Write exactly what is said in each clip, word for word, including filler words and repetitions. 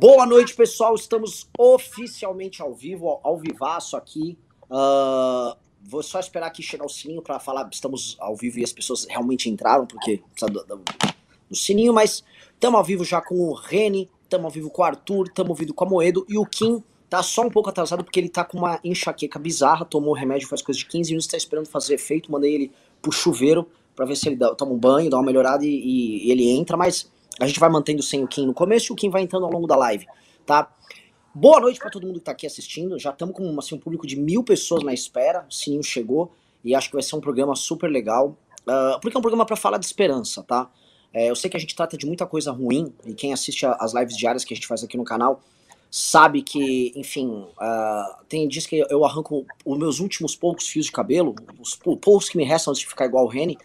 Boa noite, pessoal. Estamos oficialmente ao vivo, ao vivaço aqui. Uh, vou só esperar aqui chegar o sininho para falar estamos ao vivo e as pessoas realmente entraram, porque precisa do, do, do sininho, mas estamos ao vivo já com o Reni, estamos ao vivo com o Arthur, estamos ao vivo com a Moedo, e o Kim tá só um pouco atrasado porque ele tá com uma enxaqueca bizarra, tomou remédio faz coisa de quinze minutos, tá esperando fazer efeito, mandei ele pro chuveiro para ver se ele dá, toma um banho, dá uma melhorada e, e, e ele entra, mas a gente vai mantendo sem o Kim no começo e o Kim vai entrando ao longo da live, tá? Boa noite para todo mundo que tá aqui assistindo. Já estamos com assim, um público de mil pessoas na espera. O sininho chegou e acho que vai ser um programa super legal. Uh, porque é um programa para falar de esperança, tá? É, eu sei que a gente trata de muita coisa ruim e quem assiste as lives diárias que a gente faz aqui no canal sabe que, enfim, uh, tem dias que eu arranco os meus últimos poucos fios de cabelo, os poucos que me restam antes de ficar igual o Reni.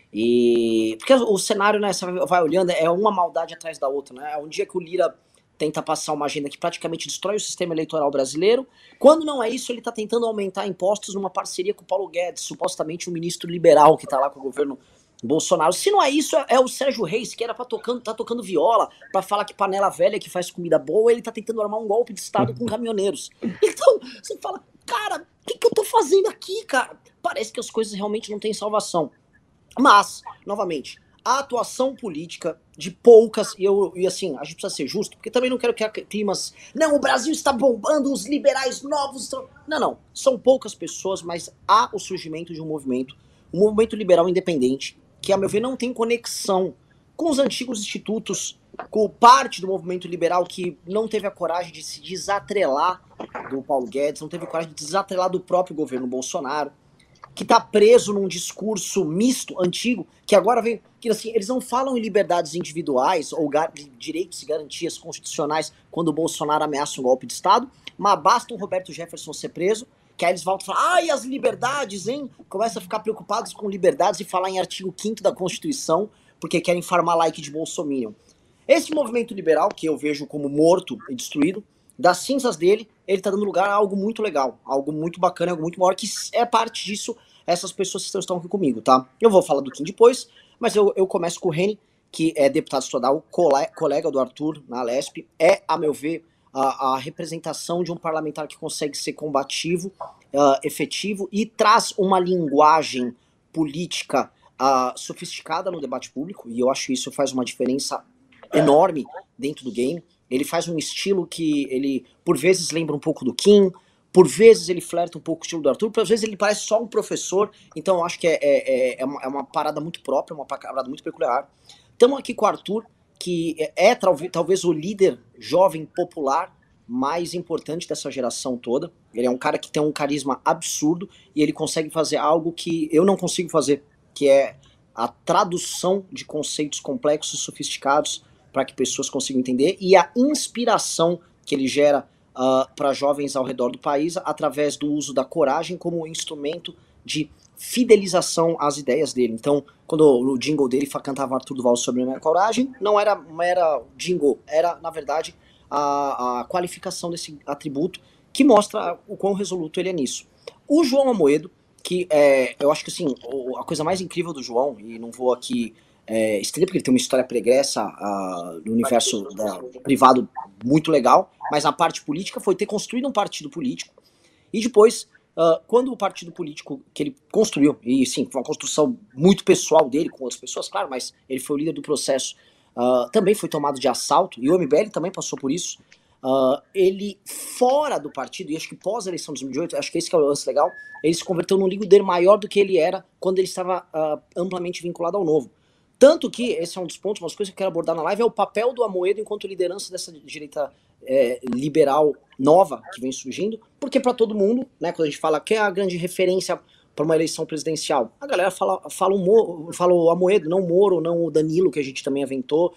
E porque o cenário, né, você vai olhando, é uma maldade atrás da outra, né? É um dia que o Lira tenta passar uma agenda que praticamente destrói o sistema eleitoral brasileiro. Quando não é isso, ele tá tentando aumentar impostos numa parceria com o Paulo Guedes, supostamente um ministro liberal que tá lá com o governo Bolsonaro. Se não é isso, é o Sérgio Reis, que era pra tocando, tá tocando viola, pra falar que panela velha que faz comida boa, ele tá tentando armar um golpe de Estado com caminhoneiros. Então, você fala, cara, o que, que eu tô fazendo aqui, cara? Parece que as coisas realmente não têm salvação. Mas, novamente, a atuação política de poucas, e, eu, e assim, a gente precisa ser justo, porque também não quero criar climas, não, o Brasil está bombando, os liberais novos estão... Não, não, são poucas pessoas, mas há o surgimento de um movimento, um movimento liberal independente, que, a meu ver, não tem conexão com os antigos institutos, com parte do movimento liberal que não teve a coragem de se desatrelar do Paulo Guedes, não teve a coragem de desatrelar do próprio governo Bolsonaro, que tá preso num discurso misto, antigo, que agora vem, que assim, eles não falam em liberdades individuais ou direitos e garantias constitucionais quando o Bolsonaro ameaça um golpe de Estado, mas basta o Roberto Jefferson ser preso, que aí eles voltam a falar, ai, as liberdades, hein? Começam a ficar preocupados com liberdades e falar em artigo quinto da Constituição, porque querem farmar like de bolsominion. Esse movimento liberal, que eu vejo como morto e destruído, das cinzas dele, ele tá dando lugar a algo muito legal, algo muito bacana, algo muito maior, que é parte disso, essas pessoas que estão aqui comigo, tá? Eu vou falar do Kim depois, mas eu, eu começo com o Reni, que é deputado estadual, colega do Arthur na Alesp, é, a meu ver, a, a representação de um parlamentar que consegue ser combativo, uh, efetivo e traz uma linguagem política uh, sofisticada no debate público, e eu acho que isso faz uma diferença enorme dentro do game. Ele faz um estilo que ele, por vezes, lembra um pouco do Kim, por vezes ele flerta um pouco com o estilo do Arthur, por vezes ele parece só um professor, então eu acho que é, é, é, uma, é uma parada muito própria, uma parada muito peculiar. Estamos aqui com o Arthur, que é, é talvez, talvez o líder jovem popular mais importante dessa geração toda. Ele é um cara que tem um carisma absurdo e ele consegue fazer algo que eu não consigo fazer, que é a tradução de conceitos complexos, sofisticados, para que pessoas consigam entender, e a inspiração que ele gera uh, para jovens ao redor do país através do uso da coragem como instrumento de fidelização às ideias dele. Então, quando o jingle dele cantava Arthur Duval sobre a minha coragem, não era, não era jingle, era, na verdade, a, a qualificação desse atributo que mostra o quão resoluto ele é nisso. O João Amoedo, que é, eu acho que assim, a coisa mais incrível do João, e não vou aqui É, estranho porque ele tem uma história pregressa uh, no universo da, privado muito legal, mas na parte política foi ter construído um partido político e depois, uh, quando o partido político que ele construiu, e sim, foi uma construção muito pessoal dele com outras pessoas, claro, mas ele foi o líder do processo, uh, também foi tomado de assalto, e o M B L também passou por isso, uh, ele fora do partido, e acho que pós a eleição de dois mil e dezoito, acho que esse que é o lance legal, ele se converteu num líder maior do que ele era quando ele estava uh, amplamente vinculado ao Novo. Tanto que, esse é um dos pontos, umas coisas que eu quero abordar na live, é o papel do Amoedo enquanto liderança dessa direita é, liberal nova que vem surgindo, porque para todo mundo, né, quando a gente fala que é a grande referência para uma eleição presidencial, a galera fala, fala, o, Mo, fala o Amoedo, não o Moro, não o Danilo, que a gente também aventou,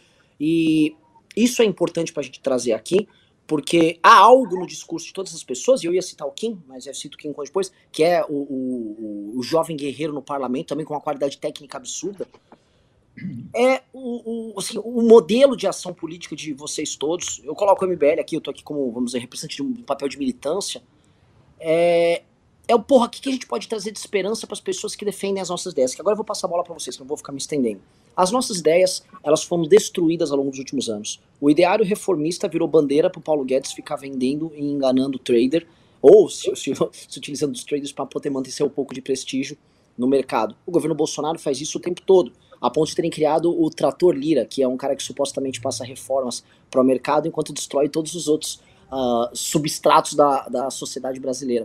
e isso é importante para a gente trazer aqui, porque há algo no discurso de todas as pessoas, e eu ia citar o Kim, mas eu cito o Kim depois, que é o, o, o jovem guerreiro no parlamento, também com uma qualidade técnica absurda, é o, o, assim, o modelo de ação política de vocês todos. Eu coloco o M B L aqui, eu tô aqui como, vamos dizer, representante de um papel de militância. É, é o porra, o que a gente pode trazer de esperança para as pessoas que defendem as nossas ideias? Que agora eu vou passar a bola para vocês, que eu não vou ficar me estendendo. As nossas ideias, elas foram destruídas ao longo dos últimos anos. O ideário reformista virou bandeira para o Paulo Guedes ficar vendendo e enganando o trader, ou se, se, se utilizando os traders para poder manter seu um pouco de prestígio no mercado. O governo Bolsonaro faz isso o tempo todo, a ponto de terem criado o Trator Lira, que é um cara que supostamente passa reformas para o mercado enquanto destrói todos os outros uh, substratos da, da sociedade brasileira.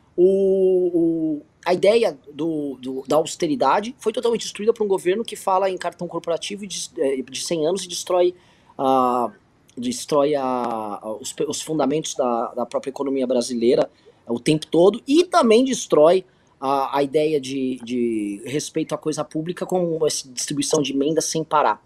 O, o, a ideia do, do, da austeridade foi totalmente destruída por um governo que fala em cartão corporativo de, de cem anos e destrói, uh, destrói a, os, os fundamentos da, da própria economia brasileira o tempo todo, e também destrói a, a ideia de, de respeito à coisa pública com essa distribuição de emendas sem parar.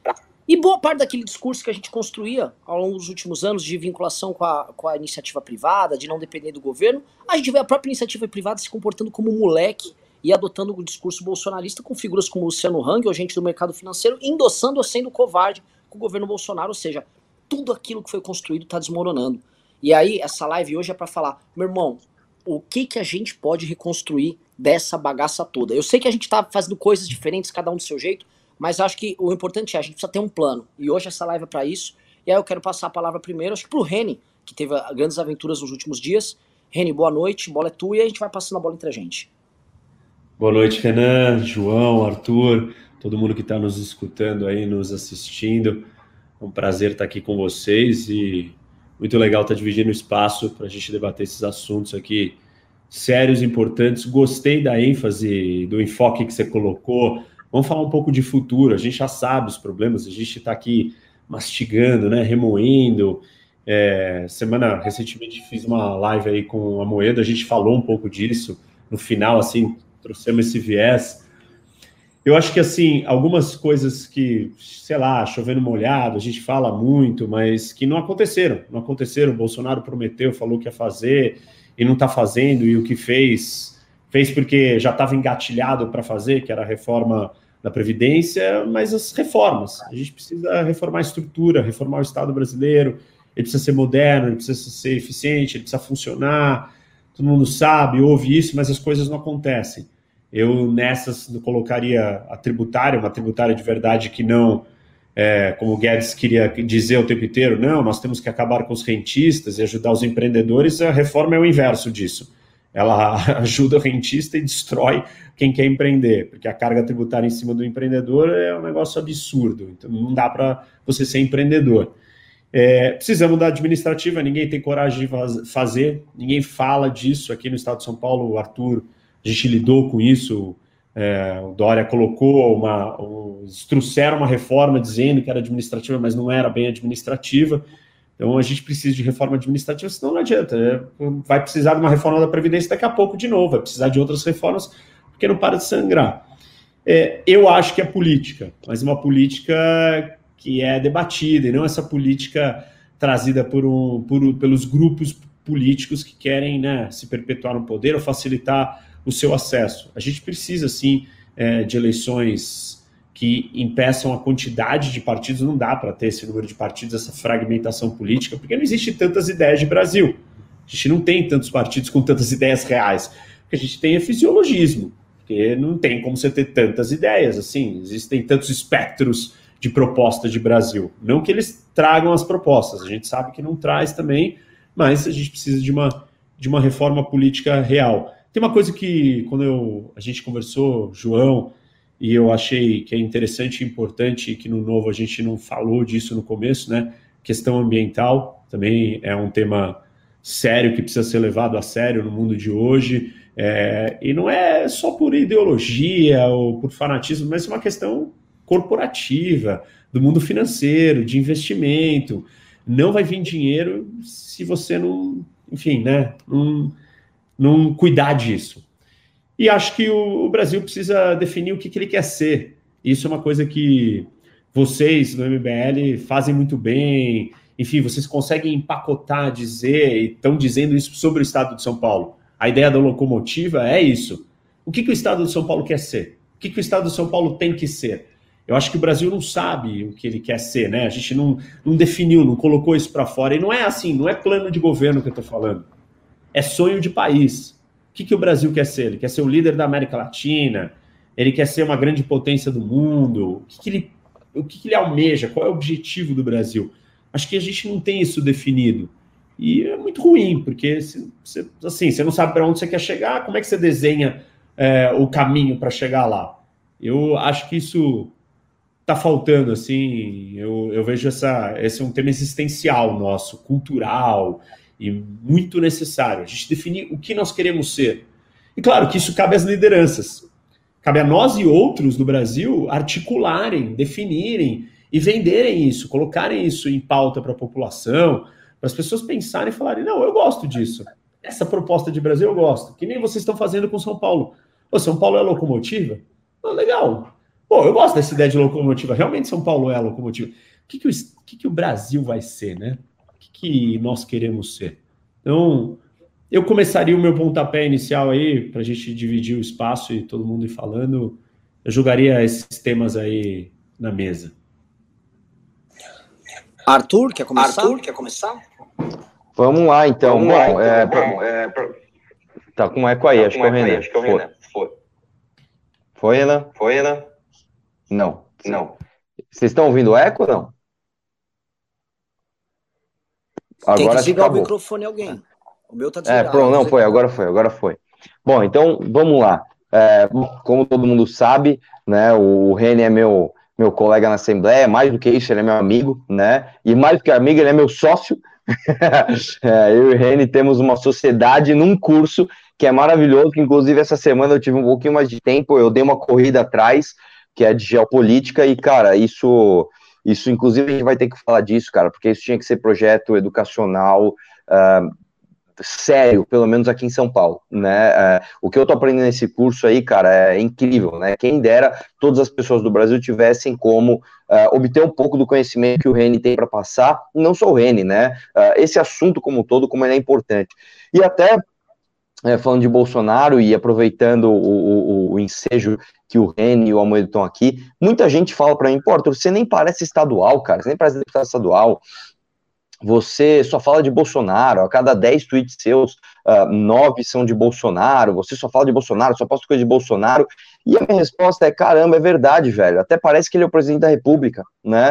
E boa parte daquele discurso que a gente construía ao longo dos últimos anos de vinculação com a, com a iniciativa privada, de não depender do governo, a gente vê a própria iniciativa privada se comportando como um moleque e adotando o discurso bolsonarista com figuras como Luciano Hang, ou gente do mercado financeiro, endossando ou sendo covarde com o governo Bolsonaro, ou seja, tudo aquilo que foi construído está desmoronando. E aí, essa live hoje é para falar, meu irmão, o que, que a gente pode reconstruir dessa bagaça toda? Eu sei que a gente está fazendo coisas diferentes, cada um do seu jeito, mas acho que o importante é, a gente precisa ter um plano. E hoje essa live é para isso. E aí eu quero passar a palavra primeiro, acho que pro Reni, que teve grandes aventuras nos últimos dias. Reni, boa noite, bola é tua e a gente vai passando a bola entre a gente. Boa noite, Renan, João, Arthur, todo mundo que está nos escutando aí, nos assistindo. É um prazer estar aqui com vocês e muito legal estar dividindo o espaço para a gente debater esses assuntos aqui sérios, importantes. Gostei da ênfase, do enfoque que você colocou. Vamos falar um pouco de futuro, a gente já sabe os problemas, a gente está aqui mastigando, né, remoendo. É, semana, recentemente fiz uma live aí com a Moeda, a gente falou um pouco disso, no final, assim, trouxemos esse viés. Eu acho que, assim, algumas coisas que, sei lá, chovendo molhado, a gente fala muito, mas que não aconteceram, não aconteceram. O Bolsonaro prometeu, falou que ia fazer e não está fazendo, e o que fez... Fez porque já estava engatilhado para fazer, que era a reforma da Previdência, mas as reformas. A gente precisa reformar a estrutura, reformar o Estado brasileiro, ele precisa ser moderno, ele precisa ser eficiente, ele precisa funcionar. Todo mundo sabe, ouve isso, mas as coisas não acontecem. Eu, nessas, colocaria a tributária, uma tributária de verdade que não, é, como o Guedes queria dizer o tempo inteiro, não, nós temos que acabar com os rentistas e ajudar os empreendedores. A reforma é o inverso disso. Ela ajuda o rentista e destrói quem quer empreender, porque a carga tributária em cima do empreendedor é um negócio absurdo, então não dá para você ser empreendedor. É, precisamos da administrativa, ninguém tem coragem de fazer, ninguém fala disso aqui no estado de São Paulo. O Arthur, a gente lidou com isso, é, o Dória colocou uma, um, trouxeram uma reforma dizendo que era administrativa, mas não era bem administrativa. Então, a gente precisa de reforma administrativa, senão não adianta. Vai precisar de uma reforma da Previdência daqui a pouco de novo, vai precisar de outras reformas, porque não para de sangrar. É, eu acho que é política, mas uma política que é debatida, e não essa política trazida por um, por, pelos grupos políticos que querem, né, se perpetuar no poder ou facilitar o seu acesso. A gente precisa, sim, é, de eleições que impeçam a quantidade de partidos. Não dá para ter esse número de partidos, essa fragmentação política, porque não existe tantas ideias de Brasil. A gente não tem tantos partidos com tantas ideias reais. O que a gente tem é fisiologismo, porque não tem como você ter tantas ideias, assim, existem tantos espectros de proposta de Brasil. Não que eles tragam as propostas, a gente sabe que não traz também, mas a gente precisa de uma, de uma reforma política real. Tem uma coisa que, quando eu, a gente conversou, João, e eu achei que é interessante e importante, que no Novo a gente não falou disso no começo, né? Questão ambiental também é um tema sério que precisa ser levado a sério no mundo de hoje, é, e não é só por ideologia ou por fanatismo, mas é uma questão corporativa, do mundo financeiro, de investimento. Não vai vir dinheiro se você não, enfim, né, não, não cuidar disso. E acho que o, o Brasil precisa definir o que, que ele quer ser. Isso é uma coisa que vocês, no M B L, fazem muito bem. Enfim, vocês conseguem empacotar, dizer, e estão dizendo isso sobre o Estado de São Paulo. A ideia da locomotiva é isso. O que, que o Estado de São Paulo quer ser? O que, que o Estado de São Paulo tem que ser? Eu acho que o Brasil não sabe o que ele quer ser, né? A gente não, não definiu, não colocou isso para fora. E não é assim, não é plano de governo que eu estou falando. É sonho de país. O que, que o Brasil quer ser? Ele quer ser o líder da América Latina, Ele quer ser uma grande potência do mundo? O que, que ele, o que, que ele almeja? Qual é o objetivo do Brasil? Acho que a gente não tem isso definido. E é muito ruim, porque você, assim, você não sabe para onde você quer chegar, como é que você desenha é, o caminho para chegar lá? Eu acho que isso está faltando, assim, eu, eu vejo essa, esse é um tema existencial nosso, cultural e muito necessário. A gente definir o que nós queremos ser. E claro que isso cabe às lideranças. Cabe a nós e outros do Brasil articularem, definirem e venderem isso, colocarem isso em pauta para a população, para as pessoas pensarem e falarem, não, eu gosto disso. Essa proposta de Brasil eu gosto. Que nem vocês estão fazendo com São Paulo. Pô, São Paulo é locomotiva? Oh, legal. Pô, eu gosto dessa ideia de locomotiva. Realmente São Paulo é a locomotiva. O que, que, o, o, que, que o Brasil vai ser, né? O que, que nós queremos ser? Então, eu começaria o meu pontapé inicial aí, para a gente dividir o espaço e todo mundo ir falando. Eu jogaria esses temas aí na mesa. Arthur, quer começar? Arthur, quer começar? Vamos lá, então. Vamos lá, então. É, bom, é, pra... Tá com eco aí, tá acho, que é o Renan. acho que é o Renan. Foi. Foi, Renan? Foi, Renan? Não. Não. Vocês estão ouvindo eco ou não? Agora tem que desligar o microfone alguém. O meu tá desligado. É, pronto, não, foi, agora foi, agora foi. Bom, então, vamos lá. É, como todo mundo sabe, né, o Reni é meu... meu colega na Assembleia, mais do que isso, ele é meu amigo, né? E mais do que amigo, ele é meu sócio. é, eu e o Reni temos uma sociedade num curso que é maravilhoso, que inclusive essa semana eu tive um pouquinho mais de tempo, eu dei uma corrida atrás, que é de geopolítica, e, cara, isso, isso inclusive a gente vai ter que falar disso, cara, porque isso tinha que ser projeto educacional, uh, sério, pelo menos aqui em São Paulo, né, é, o que eu tô aprendendo nesse curso aí, cara, é incrível, né, quem dera todas as pessoas do Brasil tivessem como uh, obter um pouco do conhecimento que o Reni tem para passar, não só o Reni, né, uh, esse assunto como um todo, como ele é importante, e até é, falando de Bolsonaro e aproveitando o, o, o ensejo que o Reni e o Amoedo estão aqui, muita gente fala para mim, pô, Arthur, você nem parece estadual, cara, você nem parece deputado estadual, você só fala de Bolsonaro, a cada dez tweets seus, uh, nove são de Bolsonaro, você só fala de Bolsonaro, só posta coisa de Bolsonaro, e a minha resposta é, caramba, é verdade, velho, até parece que ele é o presidente da República, né,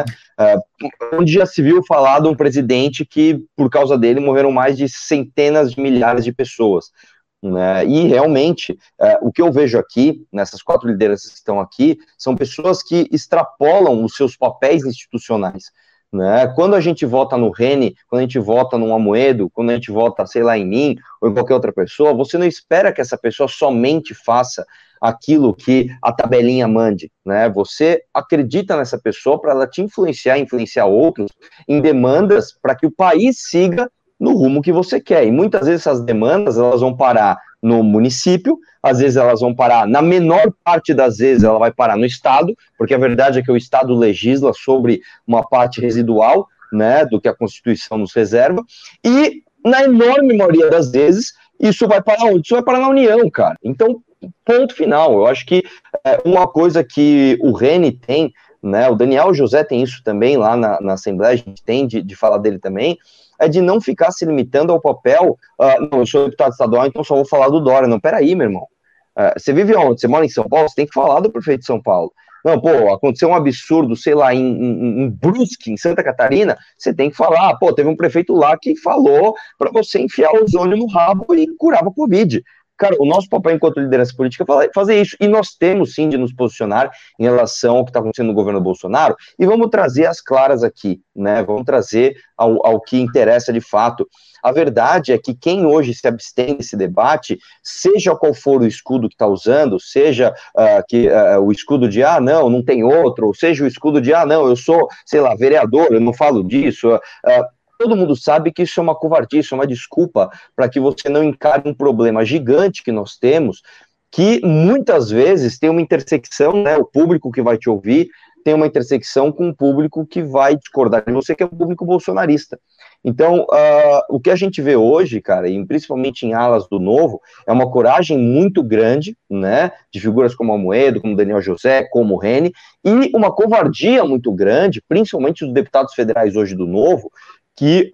uh, onde já se viu falar de um presidente que, por causa dele, morreram mais de centenas de milhares de pessoas, né, e realmente, uh, o que eu vejo aqui, nessas quatro lideranças que estão aqui, são pessoas que extrapolam os seus papéis institucionais, né? Quando a gente vota no Reni, quando a gente vota no Amoedo, quando a gente vota, sei lá, em mim, ou em qualquer outra pessoa, você não espera que essa pessoa somente faça aquilo que a tabelinha mande, né? Você acredita nessa pessoa para ela te influenciar, influenciar outros em demandas para que o país siga no rumo que você quer, e muitas vezes essas demandas, elas vão parar no município, às vezes elas vão parar, na menor parte das vezes ela vai parar no Estado, porque a verdade é que o Estado legisla sobre uma parte residual, né, do que a Constituição nos reserva, e na enorme maioria das vezes, isso vai parar onde? Isso vai parar na União, cara. Então, ponto final. Eu acho que é, uma coisa que o Reni tem, né, o Daniel José tem isso também lá na, na Assembleia, a gente tem de, de falar dele também, é de não ficar se limitando ao papel, uh, não, eu sou deputado estadual, então só vou falar do Dória. Não, peraí, meu irmão. Uh, você vive onde? Você mora em São Paulo? Você tem que falar do prefeito de São Paulo. Não, pô, aconteceu um absurdo, sei lá, em, em, em Brusque, em Santa Catarina, você tem que falar, pô, teve um prefeito lá que falou para você enfiar o ozônio no rabo e curava Covid. Cara, o nosso papel enquanto liderança política é fazer isso, e nós temos sim de nos posicionar em relação ao que está acontecendo no governo Bolsonaro, e vamos trazer as claras aqui, né, vamos trazer ao, ao que interessa de fato. A verdade é que quem hoje se abstém desse debate, seja qual for o escudo que está usando, seja uh, que, uh, o escudo de, ah, não, não tem outro, ou seja o escudo de, ah, não, eu sou, sei lá, vereador, eu não falo disso, uh, todo mundo sabe que isso é uma covardia, isso é uma desculpa para que você não encare um problema gigante que nós temos, que muitas vezes tem uma intersecção, né, o público que vai te ouvir tem uma intersecção com o público que vai discordar de você, que é o público bolsonarista. Então, uh, o que a gente vê hoje, cara, e principalmente em alas do Novo, é uma coragem muito grande, né, de figuras como Amoedo, como Daniel José, como o Reni, e uma covardia muito grande, principalmente dos deputados federais hoje do Novo, que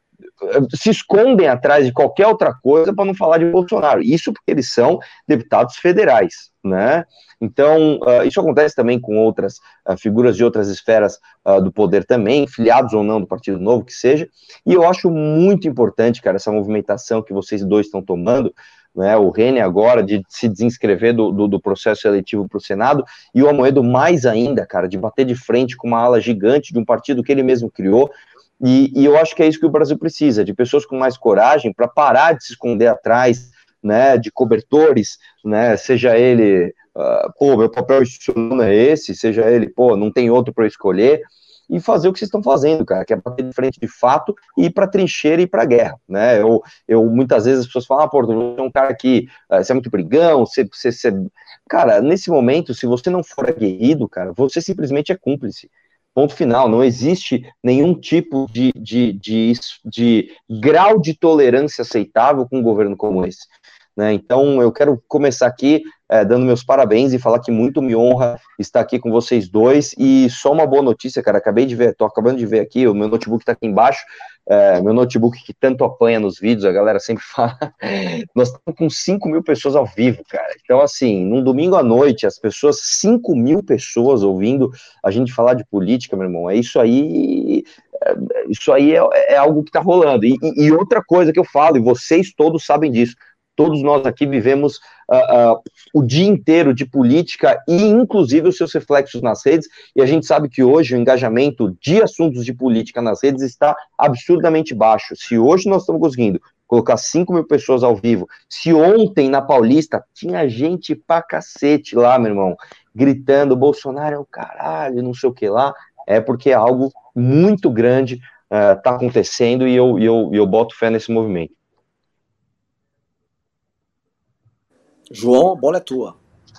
uh, se escondem atrás de qualquer outra coisa para não falar de Bolsonaro. Isso porque eles são deputados federais, né? Então, uh, isso acontece também com outras uh, figuras de outras esferas uh, do poder também, filiados ou não do Partido Novo, que seja, e eu acho muito importante, cara, essa movimentação que vocês dois estão tomando, né, o Rene agora, de se desinscrever do, do, do processo eletivo para o Senado, e o Amoedo mais ainda, cara, de bater de frente com uma ala gigante de um partido que ele mesmo criou, e, e eu acho que é isso que o Brasil precisa, de pessoas com mais coragem para parar de se esconder atrás, né, de cobertores, né, seja ele, uh, pô, meu papel institucional é esse, seja ele, pô, não tem outro para eu escolher, e fazer o que vocês estão fazendo, cara, que é bater de frente de fato e ir para trincheira e ir para guerra, né? Eu, eu, muitas vezes as pessoas falam, ah, pô, você é um cara que, uh, você é muito brigão, você, você, você... Cara, nesse momento, se você não for aguerrido, cara, você simplesmente é cúmplice. Ponto final, não existe nenhum tipo de, de, de, de grau de tolerância aceitável com um governo como esse. Né? Então, eu quero começar aqui é, dando meus parabéns e falar que muito me honra estar aqui com vocês dois, e só uma boa notícia, cara, acabei de ver, tô acabando de ver aqui, o meu notebook tá aqui embaixo, é, meu notebook que tanto apanha nos vídeos, a galera sempre fala, nós estamos com cinco mil pessoas ao vivo, cara, então assim, num domingo à noite, as pessoas, cinco mil pessoas ouvindo a gente falar de política, meu irmão, é isso aí, é, isso aí é, é algo que tá rolando, e, e outra coisa que eu falo, e vocês todos sabem disso, todos nós aqui vivemos uh, uh, o dia inteiro de política e, inclusive, os seus reflexos nas redes, e a gente sabe que hoje o engajamento de assuntos de política nas redes está absurdamente baixo. Se hoje nós estamos conseguindo colocar cinco mil pessoas ao vivo, se ontem na Paulista tinha gente pra cacete lá, meu irmão, gritando, Bolsonaro é o caralho, não sei o que lá, é porque algo muito grande uh, tá acontecendo e eu, eu, eu boto fé nesse movimento. João, a bola é tua.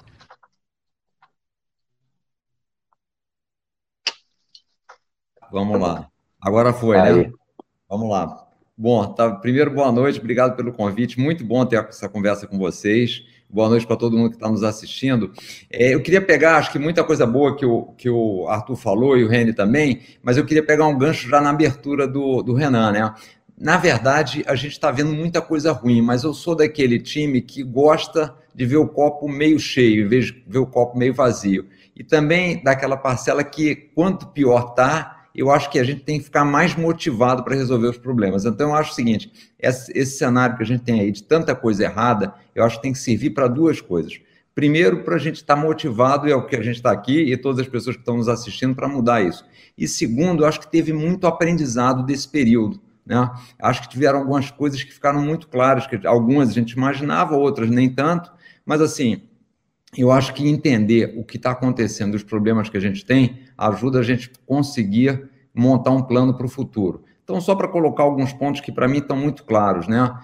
Vamos lá. Agora foi, Aí. né? Vamos lá. Bom, tá, primeiro, boa noite, obrigado pelo convite. Muito bom ter essa conversa com vocês. Boa noite para todo mundo que está nos assistindo. É, eu queria pegar, acho que muita coisa boa que o, que o Arthur falou e o Reni também, mas eu queria pegar um gancho já na abertura do, do Renan, né? Na verdade, a gente está vendo muita coisa ruim, mas eu sou daquele time que gosta de ver o copo meio cheio, em vez de ver o copo meio vazio. E também daquela parcela que, quanto pior está, eu acho que a gente tem que ficar mais motivado para resolver os problemas. Então, eu acho o seguinte, esse, esse cenário que a gente tem aí de tanta coisa errada, eu acho que tem que servir para duas coisas. Primeiro, para a gente estar motivado, e é o que a gente está aqui, e todas as pessoas que estão nos assistindo, para mudar isso. E segundo, eu acho que teve muito aprendizado desse período. Né? Acho que tiveram algumas coisas que ficaram muito claras, que algumas a gente imaginava, outras nem tanto, mas assim, eu acho que entender o que está acontecendo, os problemas que a gente tem, ajuda a gente a conseguir montar um plano para o futuro. Então, só para colocar alguns pontos que para mim estão muito claros, né?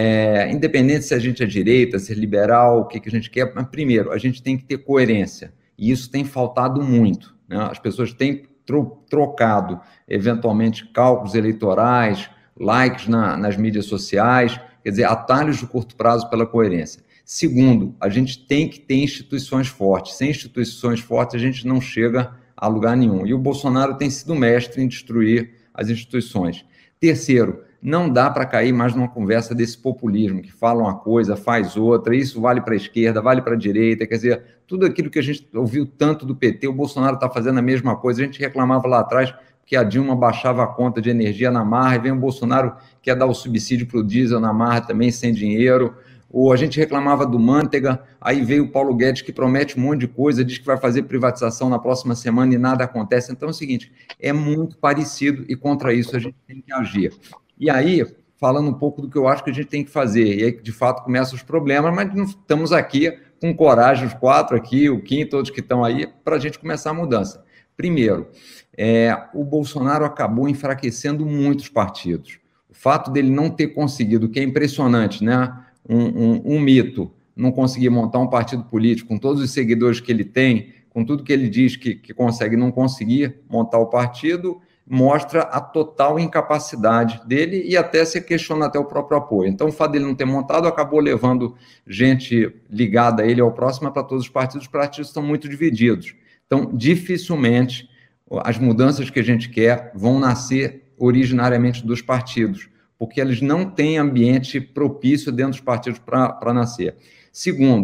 É, independente se a gente é direita, se é liberal, o que, que a gente quer, mas primeiro, a gente tem que ter coerência, e isso tem faltado muito, né? As pessoas têm tro trocado, eventualmente, cálculos eleitorais, likes na, nas mídias sociais, quer dizer, atalhos de curto prazo pela coerência. Segundo, a gente tem que ter instituições fortes. Sem instituições fortes, a gente não chega a lugar nenhum. E o Bolsonaro tem sido mestre em destruir as instituições. Terceiro, não dá para cair mais numa conversa desse populismo, que fala uma coisa, faz outra, isso vale para a esquerda, vale para a direita, quer dizer, tudo aquilo que a gente ouviu tanto do P T, o Bolsonaro está fazendo a mesma coisa. A gente reclamava lá atrás que a Dilma baixava a conta de energia na marra, e vem o Bolsonaro que quer dar o subsídio para o diesel na marra também, sem dinheiro. Ou a gente reclamava do Manteiga, aí veio o Paulo Guedes que promete um monte de coisa, diz que vai fazer privatização na próxima semana e nada acontece. Então é o seguinte, é muito parecido e contra isso a gente tem que agir. E aí, falando um pouco do que eu acho que a gente tem que fazer, e aí de fato começam os problemas, mas não estamos aqui com coragem, os quatro aqui, o Kim, todos que estão aí, para a gente começar a mudança. Primeiro, é, o Bolsonaro acabou enfraquecendo muitos partidos. O fato dele não ter conseguido, que é impressionante, né? Um, um, um mito, não conseguir montar um partido político com todos os seguidores que ele tem, com tudo que ele diz que, que consegue, não conseguir montar o partido, mostra a total incapacidade dele e até se questiona até o próprio apoio. Então, o fato dele não ter montado acabou levando gente ligada a ele ao próximo para todos os partidos. Os partidos estão muito divididos. Então, dificilmente as mudanças que a gente quer vão nascer originariamente dos partidos, porque eles não têm ambiente propício dentro dos partidos para nascer. Segundo,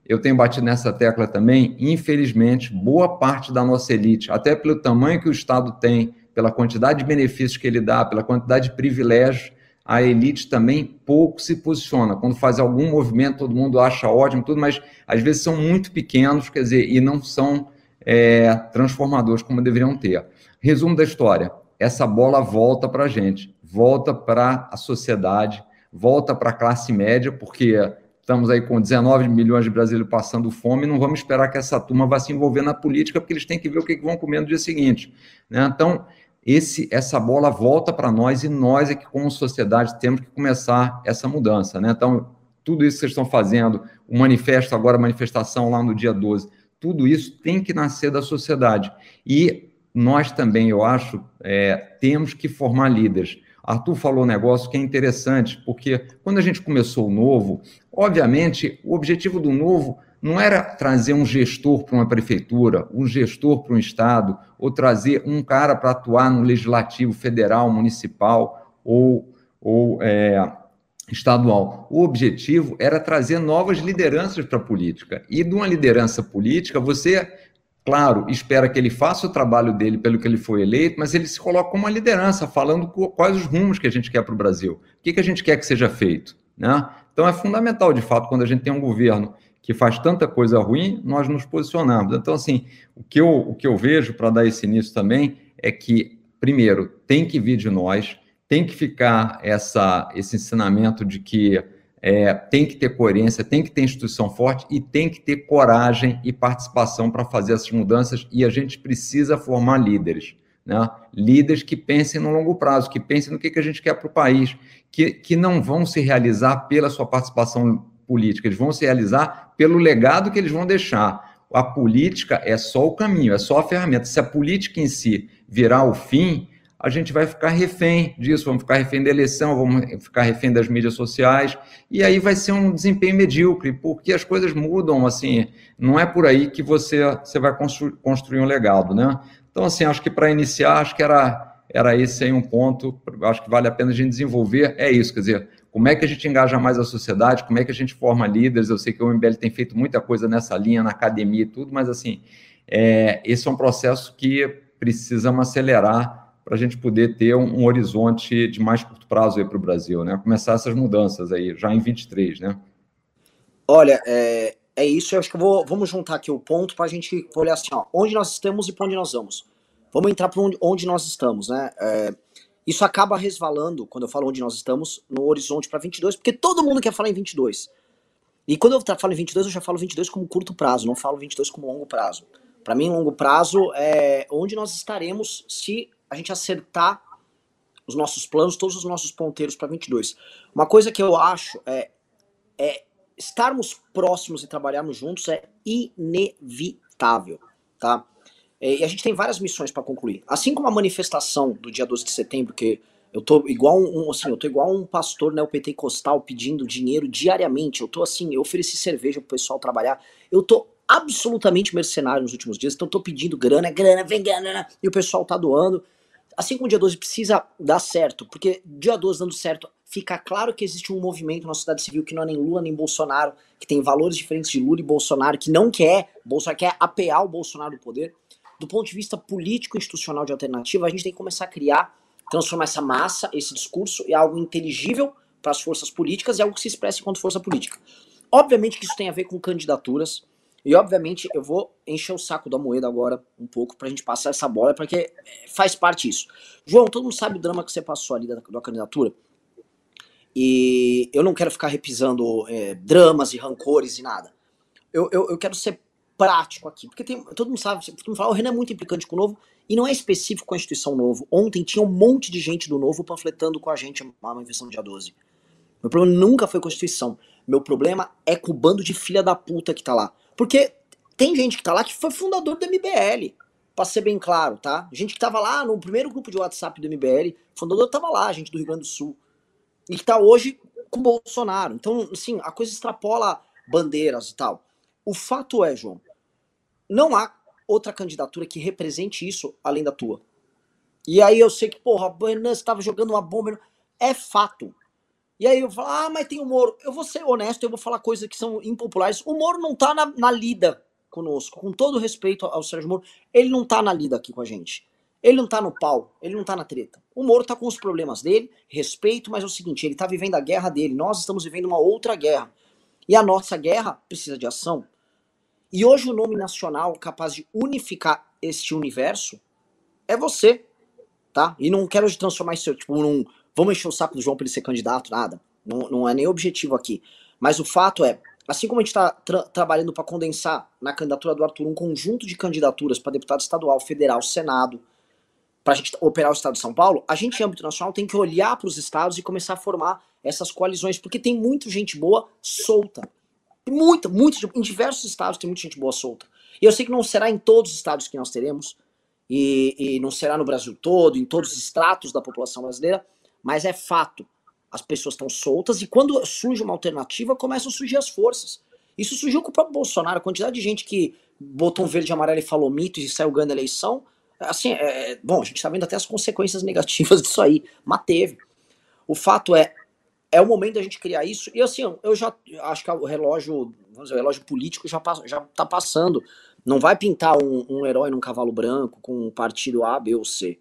eu tenho batido nessa tecla também, infelizmente, boa parte da nossa elite, até pelo tamanho que o Estado tem, pela quantidade de benefícios que ele dá, pela quantidade de privilégios, a elite também pouco se posiciona. Quando faz algum movimento, todo mundo acha ótimo, tudo, mas às vezes são muito pequenos, quer dizer, e não são é, transformadores como deveriam ter. Resumo da história, essa bola volta para a gente, volta para a sociedade, volta para a classe média, porque estamos aí com dezenove milhões de brasileiros passando fome, e não vamos esperar que essa turma vá se envolver na política, porque eles têm que ver o que vão comer no dia seguinte, né? Então, esse, essa bola volta para nós, e nós é que, como sociedade, temos que começar essa mudança, né? Então, tudo isso que vocês estão fazendo, o manifesto agora, a manifestação lá no dia doze, tudo isso tem que nascer da sociedade. E nós também, eu acho, é, temos que formar líderes. Arthur falou um negócio que é interessante, porque quando a gente começou o Novo, obviamente, o objetivo do Novo não era trazer um gestor para uma prefeitura, um gestor para um estado, ou trazer um cara para atuar no legislativo federal, municipal ou, ou é, estadual. O objetivo era trazer novas lideranças para a política. E de uma liderança política, você, claro, espera que ele faça o trabalho dele pelo que ele foi eleito, mas ele se coloca como uma liderança, falando quais os rumos que a gente quer para o Brasil, o que, que a gente quer que seja feito, né? Então é fundamental, de fato, quando a gente tem um governo que faz tanta coisa ruim, nós nos posicionarmos. Então, assim, o que eu, o que eu vejo para dar esse início também é que, primeiro, tem que vir de nós, tem que ficar essa, esse ensinamento de que é, tem que ter coerência, tem que ter instituição forte e tem que ter coragem e participação para fazer essas mudanças, e a gente precisa formar líderes, né? Líderes que pensem no longo prazo, que pensem no que, que a gente quer para o país, que, que não vão se realizar pela sua participação política, eles vão se realizar pelo legado que eles vão deixar. A política é só o caminho, é só a ferramenta. Se a política em si virar o fim, a gente vai ficar refém disso, vamos ficar refém da eleição, vamos ficar refém das mídias sociais, e aí vai ser um desempenho medíocre, porque as coisas mudam, assim, não é por aí que você, você vai constru, construir um legado, né? Então, assim, acho que para iniciar, acho que era, era esse aí um ponto, acho que vale a pena a gente desenvolver, é isso, quer dizer, como é que a gente engaja mais a sociedade, como é que a gente forma líderes. Eu sei que o M B L tem feito muita coisa nessa linha, na academia e tudo, mas, assim, é, esse é um processo que precisamos acelerar para a gente poder ter um, um horizonte de mais curto prazo aí para o Brasil, né? Começar essas mudanças aí, já em vinte e três, né? Olha, é, é isso, eu acho que eu vou, vamos juntar aqui o ponto para a gente olhar assim, ó, onde nós estamos e para onde nós vamos. Vamos entrar para onde, onde nós estamos, né? É, isso acaba resvalando, quando eu falo onde nós estamos, no horizonte para vinte e dois, porque todo mundo quer falar em vinte e dois. E quando eu falo em vinte e dois, eu já falo vinte e dois como curto prazo, não falo vinte e dois como longo prazo. Para mim, longo prazo é onde nós estaremos se a gente acertar os nossos planos, todos os nossos ponteiros para vinte e dois. Uma coisa que eu acho é, é estarmos próximos e trabalharmos juntos é inevitável, tá? E a gente tem várias missões para concluir. Assim como a manifestação do dia doze de setembro, que eu tô igual um, assim, eu tô igual um pastor neopentecostal pedindo dinheiro diariamente. Eu tô assim, eu ofereci cerveja pro pessoal trabalhar. Eu tô absolutamente mercenário nos últimos dias, então eu tô pedindo grana, grana, vem grana, e o pessoal tá doando. Assim como o dia doze precisa dar certo, porque dia doze dando certo, fica claro que existe um movimento na sociedade civil que não é nem Lula nem Bolsonaro, que tem valores diferentes de Lula e Bolsonaro, que não quer, Bolsonaro quer apear o Bolsonaro do poder. Do ponto de vista político e institucional de alternativa, a gente tem que começar a criar, transformar essa massa, esse discurso, em algo inteligível para as forças políticas e algo que se expresse enquanto força política. Obviamente que isso tem a ver com candidaturas, e obviamente eu vou encher o saco da Moeda agora um pouco pra gente passar essa bola, porque faz parte disso. João, todo mundo sabe o drama que você passou ali da, da candidatura, e eu não quero ficar repisando é, dramas e rancores e nada. Eu, eu, eu quero ser prático aqui, porque tem, todo mundo sabe, todo mundo fala, o Renan é muito implicante com o Novo, e não é específico com a instituição Novo. Ontem tinha um monte de gente do Novo panfletando com a gente a manifestação do dia doze. Meu problema nunca foi com a instituição. Meu problema é com o bando de filha da puta que tá lá. Porque tem gente que tá lá que foi fundador do M B L, pra ser bem claro, tá? Gente que tava lá no primeiro grupo de WhatsApp do M B L, o fundador tava lá, gente do Rio Grande do Sul, e que tá hoje com o Bolsonaro. Então, assim, a coisa extrapola bandeiras e tal. O fato é, João, não há outra candidatura que represente isso além da tua. E aí eu sei que, porra, Renan, você tava jogando uma bomba. É fato. E aí eu falo, ah, mas tem o Moro. Eu vou ser honesto, eu vou falar coisas que são impopulares. O Moro não tá na, na lida conosco, com todo respeito ao Sérgio Moro, ele não tá na lida aqui com a gente. Ele não tá no pau, ele não tá na treta. O Moro tá com os problemas dele, respeito, mas é o seguinte, ele tá vivendo a guerra dele, nós estamos vivendo uma outra guerra. E a nossa guerra precisa de ação. E hoje o nome nacional capaz de unificar este universo é você, tá? E não quero transformar isso, tipo, num... Vamos encher o saco do João pra ele ser candidato, nada. Não, não é nem objetivo aqui. Mas o fato é, assim como a gente está tra trabalhando para condensar na candidatura do Arthur um conjunto de candidaturas para deputado estadual, federal, senado, para a gente operar o estado de São Paulo, a gente, em âmbito nacional, tem que olhar para os estados e começar a formar essas coalizões, porque tem muita gente boa solta. Muita, muita, em diversos estados tem muita gente boa solta. E eu sei que não será em todos os estados que nós teremos, e, e não será no Brasil todo, em todos os estratos da população brasileira, mas é fato. As pessoas estão soltas e quando surge uma alternativa, começam a surgir as forças. Isso surgiu com o próprio Bolsonaro, a quantidade de gente que botou um verde e amarelo e falou mitos e saiu ganhando a eleição. Assim, é, bom, a gente tá vendo até as consequências negativas disso aí, mas teve. O fato é, é o momento da gente criar isso, e assim, eu já acho que o relógio, vamos dizer, o relógio político já, já tá passando. Não vai pintar um, um herói num cavalo branco com um partido A, B ou C.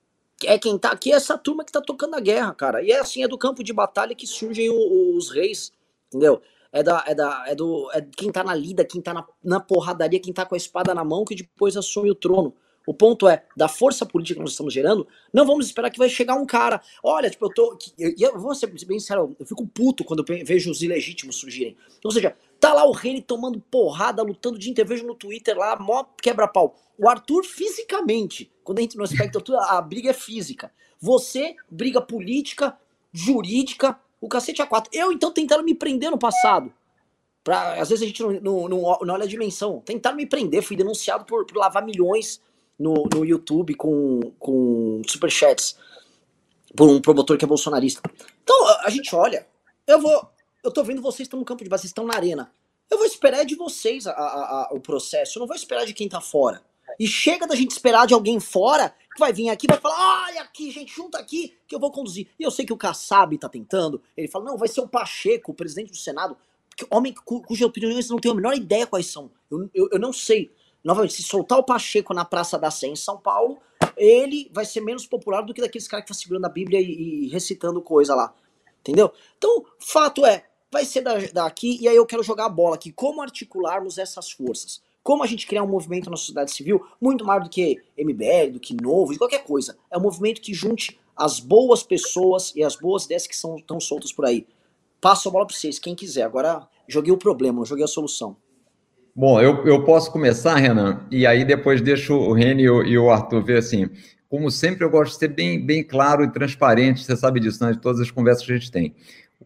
É quem tá aqui, é essa turma que tá tocando a guerra, cara. E é assim, é do campo de batalha que surgem os, os reis, entendeu? É, da, é, da, é do é quem tá na lida, quem tá na, na porradaria, quem tá com a espada na mão, que depois assume o trono. O ponto é, da força política que nós estamos gerando, não vamos esperar que vai chegar um cara. Olha, tipo, eu tô... E eu, eu vou ser bem sério, eu fico puto quando eu vejo os ilegítimos surgirem. Ou seja, tá lá o rei tomando porrada, lutando o dia inteiro, vejo no Twitter lá, mó quebra-pau. O Arthur, fisicamente, quando entra no aspecto, a briga é física. Você, briga política, jurídica, o cacete a quatro. Eu, então, tentaram me prender no passado. Pra, às vezes a gente não, não, não, não olha a dimensão. Tentaram me prender, fui denunciado por, por lavar milhões no, no YouTube com, com superchats por um promotor que é bolsonarista. Então, a, a gente olha, eu vou... Eu tô vendo vocês estão no campo de base, vocês estão na arena. Eu vou esperar de vocês a, a, a, o processo, eu não vou esperar de quem tá fora. E chega da gente esperar de alguém fora que vai vir aqui e vai falar, olha aqui, gente, junta aqui que eu vou conduzir. E eu sei que o Kassab tá tentando, ele fala, não, vai ser o Pacheco, o presidente do Senado, que, homem cu, cujas opiniões eu não tenho a menor ideia quais são. Eu, eu, eu não sei. Novamente, se soltar o Pacheco na Praça da Sé em São Paulo, ele vai ser menos popular do que daqueles caras que estão segurando a Bíblia e, e recitando coisa lá. Entendeu? Então, fato é, vai ser da, daqui, e aí eu quero jogar a bola aqui. Como articularmos essas forças? Como a gente criar um movimento na sociedade civil, muito mais do que M B L, do que Novo, de qualquer coisa. É um movimento que junte as boas pessoas e as boas ideias que são tão soltas por aí. Passo a bola para vocês, quem quiser. Agora, joguei o problema, joguei a solução. Bom, eu, eu posso começar, Renan, e aí depois deixo o Reni e o, e o Arthur ver assim. Como sempre, eu gosto de ser bem, bem claro e transparente, você sabe disso, né, de todas as conversas que a gente tem.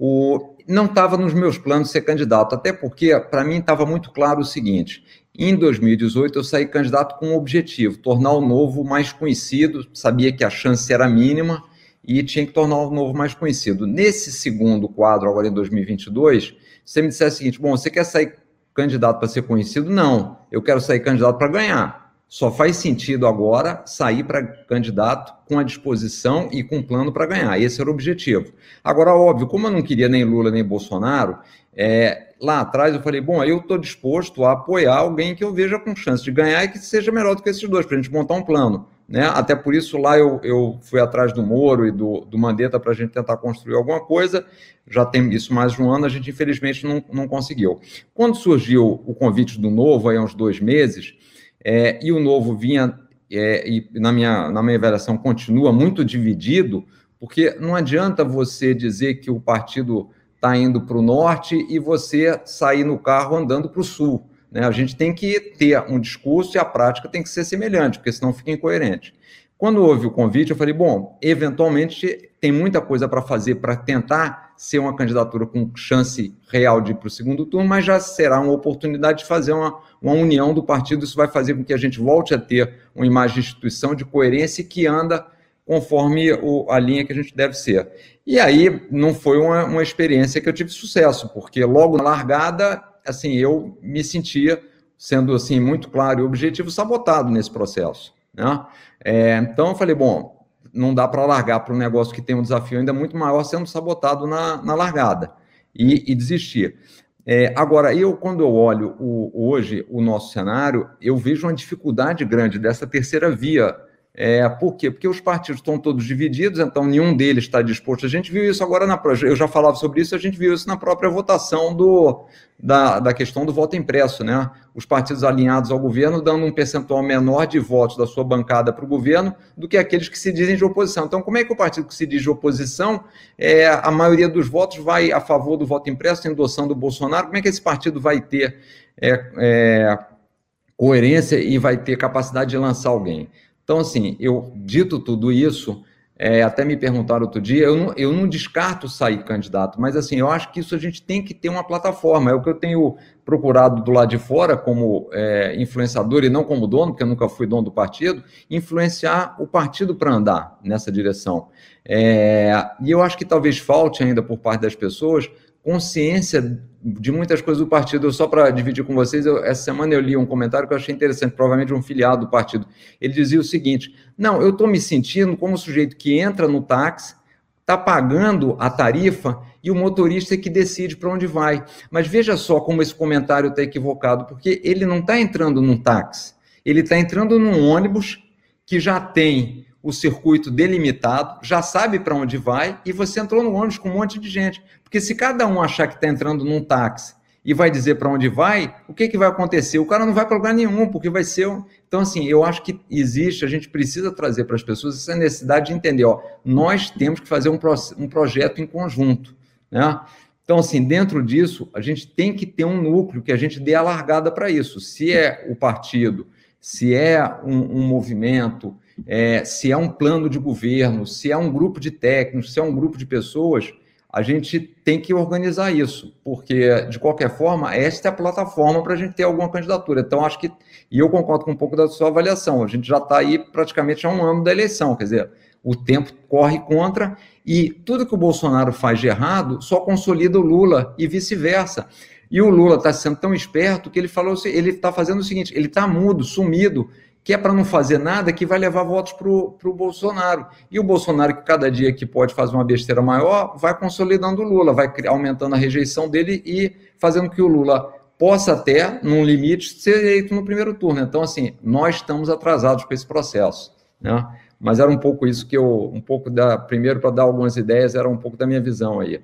O, não estava nos meus planos ser candidato, até porque, para mim, estava muito claro o seguinte, em dois mil e dezoito eu saí candidato com um objetivo, tornar o Novo mais conhecido, sabia que a chance era mínima e tinha que tornar o Novo mais conhecido. Nesse segundo quadro, agora em dois mil e vinte e dois, você me dissesse o seguinte, bom, você quer sair candidato para ser conhecido? Não, eu quero sair candidato para ganhar. Só faz sentido agora sair para candidato com a disposição e com plano para ganhar. Esse era o objetivo. Agora, óbvio, como eu não queria nem Lula nem Bolsonaro, é, lá atrás eu falei, bom, eu estou disposto a apoiar alguém que eu veja com chance de ganhar e que seja melhor do que esses dois, para a gente montar um plano. Né? Até por isso lá eu, eu fui atrás do Moro e do, do Mandetta para a gente tentar construir alguma coisa. Já tem isso mais de um ano, a gente infelizmente não, não conseguiu. Quando surgiu o convite do Novo, aí há uns dois meses, É, e o Novo vinha, é, e na minha, na minha avaliação continua muito dividido, porque não adianta você dizer que o partido está indo para o norte e você sair no carro andando para o sul. Né? A gente tem que ter um discurso e a prática tem que ser semelhante, porque senão fica incoerente. Quando houve o convite, eu falei, bom, eventualmente tem muita coisa para fazer para tentar ser uma candidatura com chance real de ir para o segundo turno, mas já será uma oportunidade de fazer uma, uma união do partido. Isso vai fazer com que a gente volte a ter uma imagem de instituição de coerência que anda conforme o, a linha que a gente deve ser. E aí não foi uma, uma experiência que eu tive sucesso, porque logo na largada, assim, eu me sentia, sendo assim muito claro e objetivo, sabotado nesse processo. Né? É, então eu falei, bom, não dá para largar para um negócio que tem um desafio ainda muito maior sendo sabotado na, na largada e, e desistir. É, agora, eu, quando eu olho o, hoje o nosso cenário, eu vejo uma dificuldade grande dessa terceira via. É, por quê? Porque os partidos estão todos divididos, então nenhum deles está disposto. A gente viu isso agora na... Eu já falava sobre isso, a gente viu isso na própria votação do, da, da questão do voto impresso, né? Os partidos alinhados ao governo dando um percentual menor de votos da sua bancada para o governo do que aqueles que se dizem de oposição. Então, como é que o partido que se diz de oposição, é, a maioria dos votos vai a favor do voto impresso, endossando o Bolsonaro? Como é que esse partido vai ter é, é, coerência e vai ter capacidade de lançar alguém? Então, assim, eu dito tudo isso, é, até me perguntaram outro dia, eu não, eu não descarto sair candidato, mas assim, eu acho que isso a gente tem que ter uma plataforma, é o que eu tenho procurado do lado de fora como é, influenciador e não como dono, porque eu nunca fui dono do partido, influenciar o partido para andar nessa direção. É, e eu acho que talvez falte ainda por parte das pessoas consciência de muitas coisas do partido. Eu, só para dividir com vocês, eu, essa semana eu li um comentário que eu achei interessante, provavelmente um filiado do partido. Ele dizia o seguinte: não, eu estou me sentindo como um sujeito que entra no táxi, está pagando a tarifa e o motorista é que decide para onde vai. Mas veja só como esse comentário está equivocado, porque ele não está entrando num táxi, ele está entrando num ônibus que já tem o circuito delimitado, já sabe para onde vai, e você entrou no ônibus com um monte de gente. Porque se cada um achar que está entrando num táxi e vai dizer para onde vai, o que, que vai acontecer? O cara não vai para lugar nenhum, porque vai ser... Um... Então, assim, eu acho que existe, a gente precisa trazer para as pessoas essa necessidade de entender, ó, nós temos que fazer um, pro... um projeto em conjunto, né? Então, assim, dentro disso, a gente tem que ter um núcleo que a gente dê a largada para isso. Se é o partido, se é um, um movimento... É, se é um plano de governo, se é um grupo de técnicos, se é um grupo de pessoas, a gente tem que organizar isso, porque, de qualquer forma, esta é a plataforma para a gente ter alguma candidatura. Então, acho que, e eu concordo com um pouco da sua avaliação, a gente já está aí praticamente há um ano da eleição, quer dizer, o tempo corre contra, e tudo que o Bolsonaro faz de errado só consolida o Lula e vice-versa. E o Lula está sendo tão esperto que ele falou, ele está fazendo o seguinte, ele está mudo, sumido, que é para não fazer nada, que vai levar votos para o Bolsonaro. E o Bolsonaro, que cada dia que pode fazer uma besteira maior, vai consolidando o Lula, vai aumentando a rejeição dele e fazendo que o Lula possa até, num limite, ser eleito no primeiro turno. Então, assim, nós estamos atrasados com esse processo, né? Mas era um pouco isso que eu, um pouco da, primeiro para dar algumas ideias, era um pouco da minha visão aí.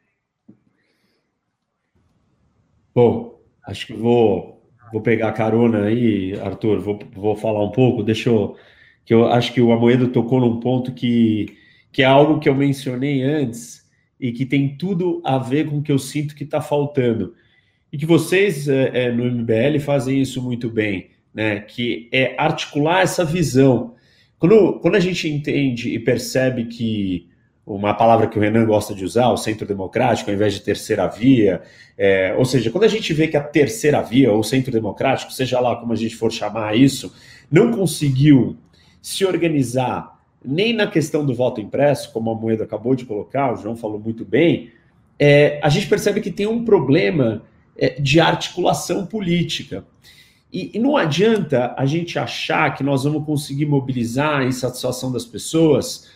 Bom, acho que vou... Vou pegar carona aí, Arthur, vou, vou falar um pouco, deixa eu... Que eu acho que o Amoedo tocou num ponto que, que é algo que eu mencionei antes e que tem tudo a ver com o que eu sinto que está faltando. E que vocês, é, é, no M B L, fazem isso muito bem, né? Que é articular essa visão. Quando, quando a gente entende e percebe que uma palavra que o Renan gosta de usar, o centro democrático, ao invés de terceira via, é, ou seja, quando a gente vê que a terceira via, ou centro democrático, seja lá como a gente for chamar isso, não conseguiu se organizar nem na questão do voto impresso, como a Moeda acabou de colocar, o João falou muito bem, é, a gente percebe que tem um problema é, de articulação política. E, e não adianta a gente achar que nós vamos conseguir mobilizar a insatisfação das pessoas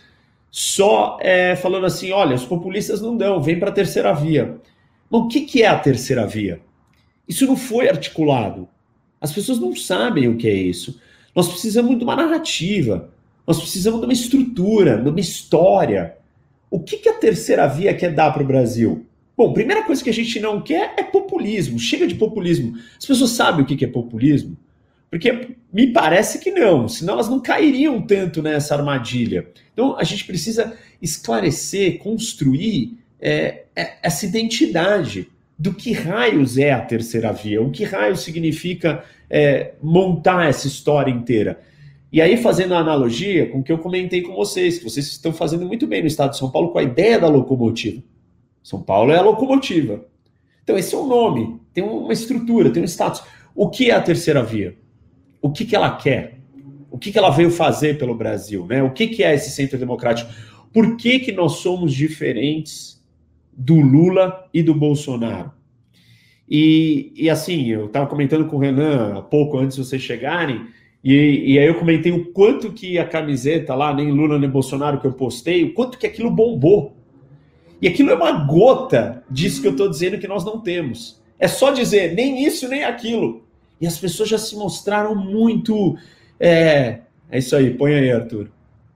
só é, falando assim, olha, os populistas não dão, vem para a terceira via. Mas o que, que é a terceira via? Isso não foi articulado. As pessoas não sabem o que é isso. Nós precisamos de uma narrativa, nós precisamos de uma estrutura, de uma história. O que, que a terceira via quer dar para o Brasil? Bom, primeira coisa que a gente não quer é populismo. Chega de populismo. As pessoas sabem o que, que é populismo? Porque me parece que não, senão elas não cairiam tanto nessa armadilha. Então a gente precisa esclarecer, construir é, essa identidade do que raios é a terceira via, o que raios significa é, montar essa história inteira. E aí, fazendo a analogia com o que eu comentei com vocês, que vocês estão fazendo muito bem no estado de São Paulo com a ideia da locomotiva. São Paulo é a locomotiva. Então esse é o nome, tem uma estrutura, tem um status. O que é a terceira via? O que, que ela quer? O que, que ela veio fazer pelo Brasil? Né? O que, que é esse centro democrático? Por que, que nós somos diferentes do Lula e do Bolsonaro? E, e assim, eu estava comentando com o Renan há pouco antes de vocês chegarem, E, e aí eu comentei o quanto que a camiseta lá, nem Lula nem Bolsonaro que eu postei, o quanto que aquilo bombou. E aquilo é uma gota disso que eu estou dizendo que nós não temos. É só dizer nem isso nem aquilo. E as pessoas já se mostraram muito... É, é isso aí, põe aí, Arthur.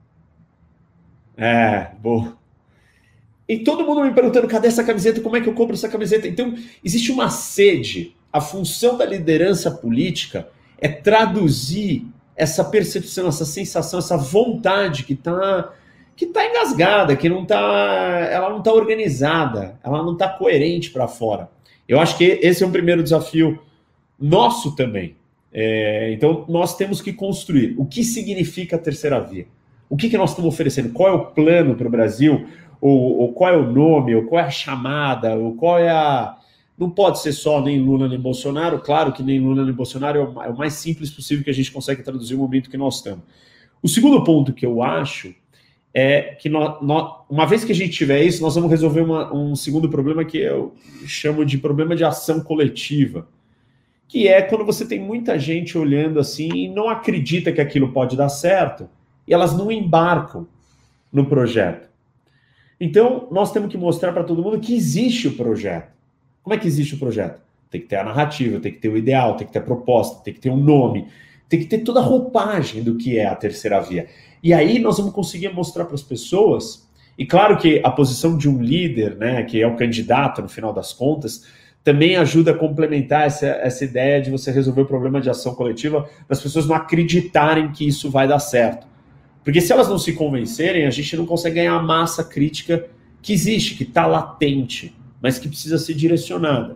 É, bom. E todo mundo me perguntando, cadê essa camiseta? Como é que eu compro essa camiseta? Então, existe uma sede. A função da liderança política é traduzir essa percepção, essa sensação, essa vontade que está que tá engasgada, que não tá, ela não está organizada, ela não está coerente para fora. Eu acho que esse é um primeiro desafio nosso também. É, então, nós temos que construir. O que significa a terceira via? O que, que nós estamos oferecendo? Qual é o plano para o Brasil? Ou, ou qual é o nome? Ou qual é a chamada? Ou qual é a... Não pode ser só nem Lula nem Bolsonaro. Claro que nem Lula nem Bolsonaro é o mais simples possível que a gente consegue traduzir o momento que nós estamos. O segundo ponto que eu acho é que nós, nós, uma vez que a gente tiver isso, nós vamos resolver uma, um segundo problema que eu chamo de problema de ação coletiva, que é quando você tem muita gente olhando assim e não acredita que aquilo pode dar certo e elas não embarcam no projeto. Então, nós temos que mostrar para todo mundo que existe o projeto. Como é que existe o projeto? Tem que ter a narrativa, tem que ter o ideal, tem que ter a proposta, tem que ter um nome, tem que ter toda a roupagem do que é a terceira via. E aí nós vamos conseguir mostrar para as pessoas, e claro que a posição de um líder, né, que é o candidato no final das contas, também ajuda a complementar essa, essa ideia de você resolver o problema de ação coletiva, das pessoas não acreditarem que isso vai dar certo. Porque se elas não se convencerem, a gente não consegue ganhar a massa crítica que existe, que está latente, mas que precisa ser direcionada.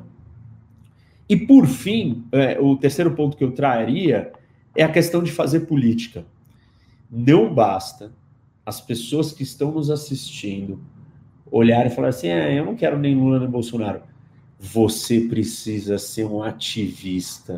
E por fim, é, o terceiro ponto que eu traria é a questão de fazer política. Não basta as pessoas que estão nos assistindo olharem e falar assim, é, eu não quero nem Lula nem Bolsonaro. Você precisa ser um ativista.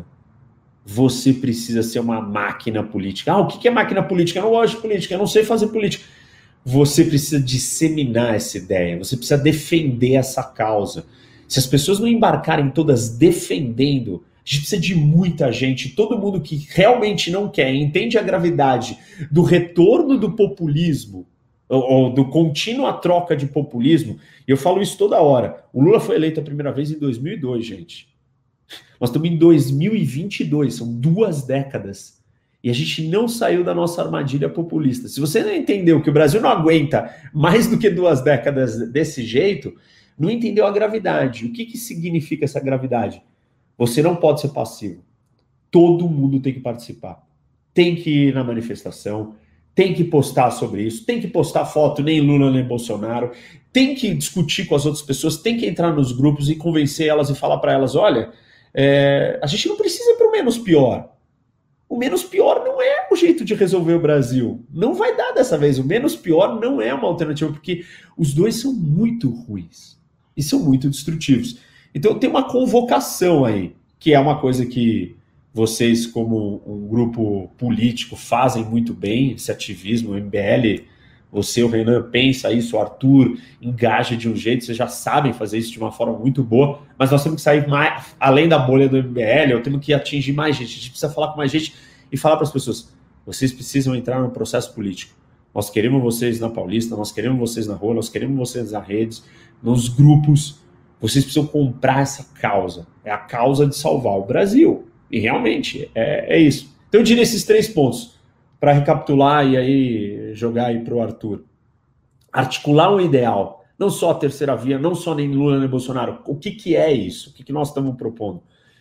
Você precisa ser uma máquina política. Ah, o que é máquina política? Eu não gosto de política, eu não sei fazer política. Você precisa disseminar essa ideia, você precisa defender essa causa. Se as pessoas não embarcarem todas defendendo, a gente precisa de muita gente, todo mundo que realmente não quer, entende a gravidade do retorno do populismo, ou, ou do contínua troca de populismo, e eu falo isso toda hora. O Lula foi eleito a primeira vez em dois mil e dois, gente. Nós estamos em dois mil e vinte e dois, são duas décadas. E a gente não saiu da nossa armadilha populista. Se você não entendeu que o Brasil não aguenta mais do que duas décadas desse jeito, não entendeu a gravidade. O que, que significa essa gravidade? Você não pode ser passivo. Todo mundo tem que participar. Tem que ir na manifestação, tem que postar sobre isso, tem que postar foto, nem Lula nem Bolsonaro, tem que discutir com as outras pessoas, tem que entrar nos grupos e convencer elas e falar para elas, olha, é, a gente não precisa ir para o menos pior. O menos pior não é o jeito de resolver o Brasil. Não vai dar dessa vez. O menos pior não é uma alternativa, porque os dois são muito ruins e são muito destrutivos. Então tem uma convocação aí, que é uma coisa que vocês, como um grupo político, fazem muito bem, esse ativismo, o M B L, você, o Renan, pensa isso, o Arthur engaja de um jeito, vocês já sabem fazer isso de uma forma muito boa, mas nós temos que sair mais, além da bolha do M B L, eu temos que atingir mais gente, a gente precisa falar com mais gente e falar para as pessoas, vocês precisam entrar no processo político. Nós queremos vocês na Paulista, nós queremos vocês na rua, nós queremos vocês nas redes, nos grupos, vocês precisam comprar essa causa, é a causa de salvar o Brasil. E realmente, é, é isso. Então eu diria esses três pontos, para recapitular e aí jogar aí para o Arthur. Articular um ideal, não só a terceira via, não só nem Lula nem Bolsonaro. O que, que é isso? O que, que nós estamos propondo?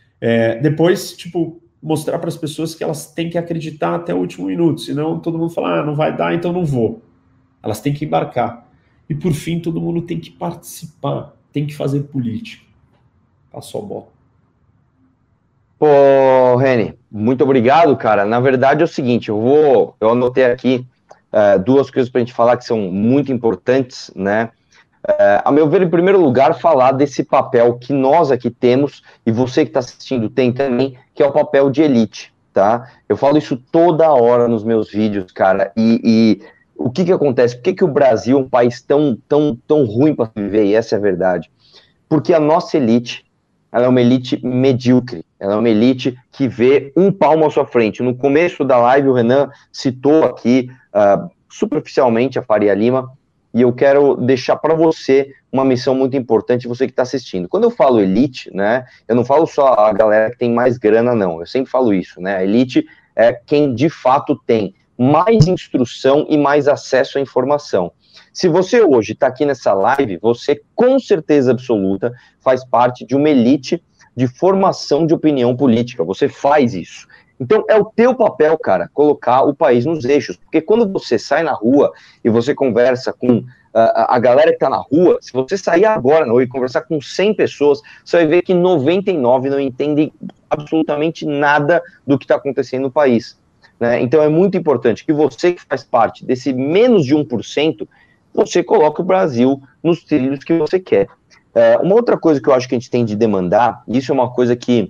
É, depois, tipo, mostrar para as pessoas que elas têm que acreditar até o último minuto, senão todo mundo fala, ah, não vai dar, então não vou. Elas têm que embarcar. E por fim, todo mundo tem que participar, tem que fazer política. Passou a bola. Pô, Reni, muito obrigado, cara. Na verdade é o seguinte, eu vou, eu anotei aqui uh, duas coisas para a gente falar que são muito importantes, né? Uh, a meu ver, em primeiro lugar, falar desse papel que nós aqui temos, e você que está assistindo tem também, que é o papel de elite, tá? Eu falo isso toda hora nos meus vídeos, cara, e, e o que que acontece? Por que que o Brasil é um país tão, tão, tão ruim para viver? E essa é a verdade. Porque a nossa elite, ela é uma elite medíocre, ela é uma elite que vê um palmo à sua frente. No começo da live, o Renan citou aqui, uh, superficialmente, a Faria Lima, e eu quero deixar para você uma missão muito importante, você que está assistindo. Quando eu falo elite, né, eu não falo só a galera que tem mais grana, não, eu sempre falo isso, né, a elite é quem de fato tem mais instrução e mais acesso à informação. Se você hoje está aqui nessa live, você com certeza absoluta faz parte de uma elite de formação de opinião política, você faz isso. Então é o teu papel, cara, colocar o país nos eixos, porque quando você sai na rua e você conversa com uh, a galera que está na rua, se você sair agora na rua e conversar com cem pessoas, você vai ver que noventa e nove não entendem absolutamente nada do que está acontecendo no país, né? Então é muito importante que você que faz parte desse menos de um por cento, você coloque o Brasil nos trilhos que você quer. É, uma outra coisa que eu acho que a gente tem de demandar, e isso é uma coisa que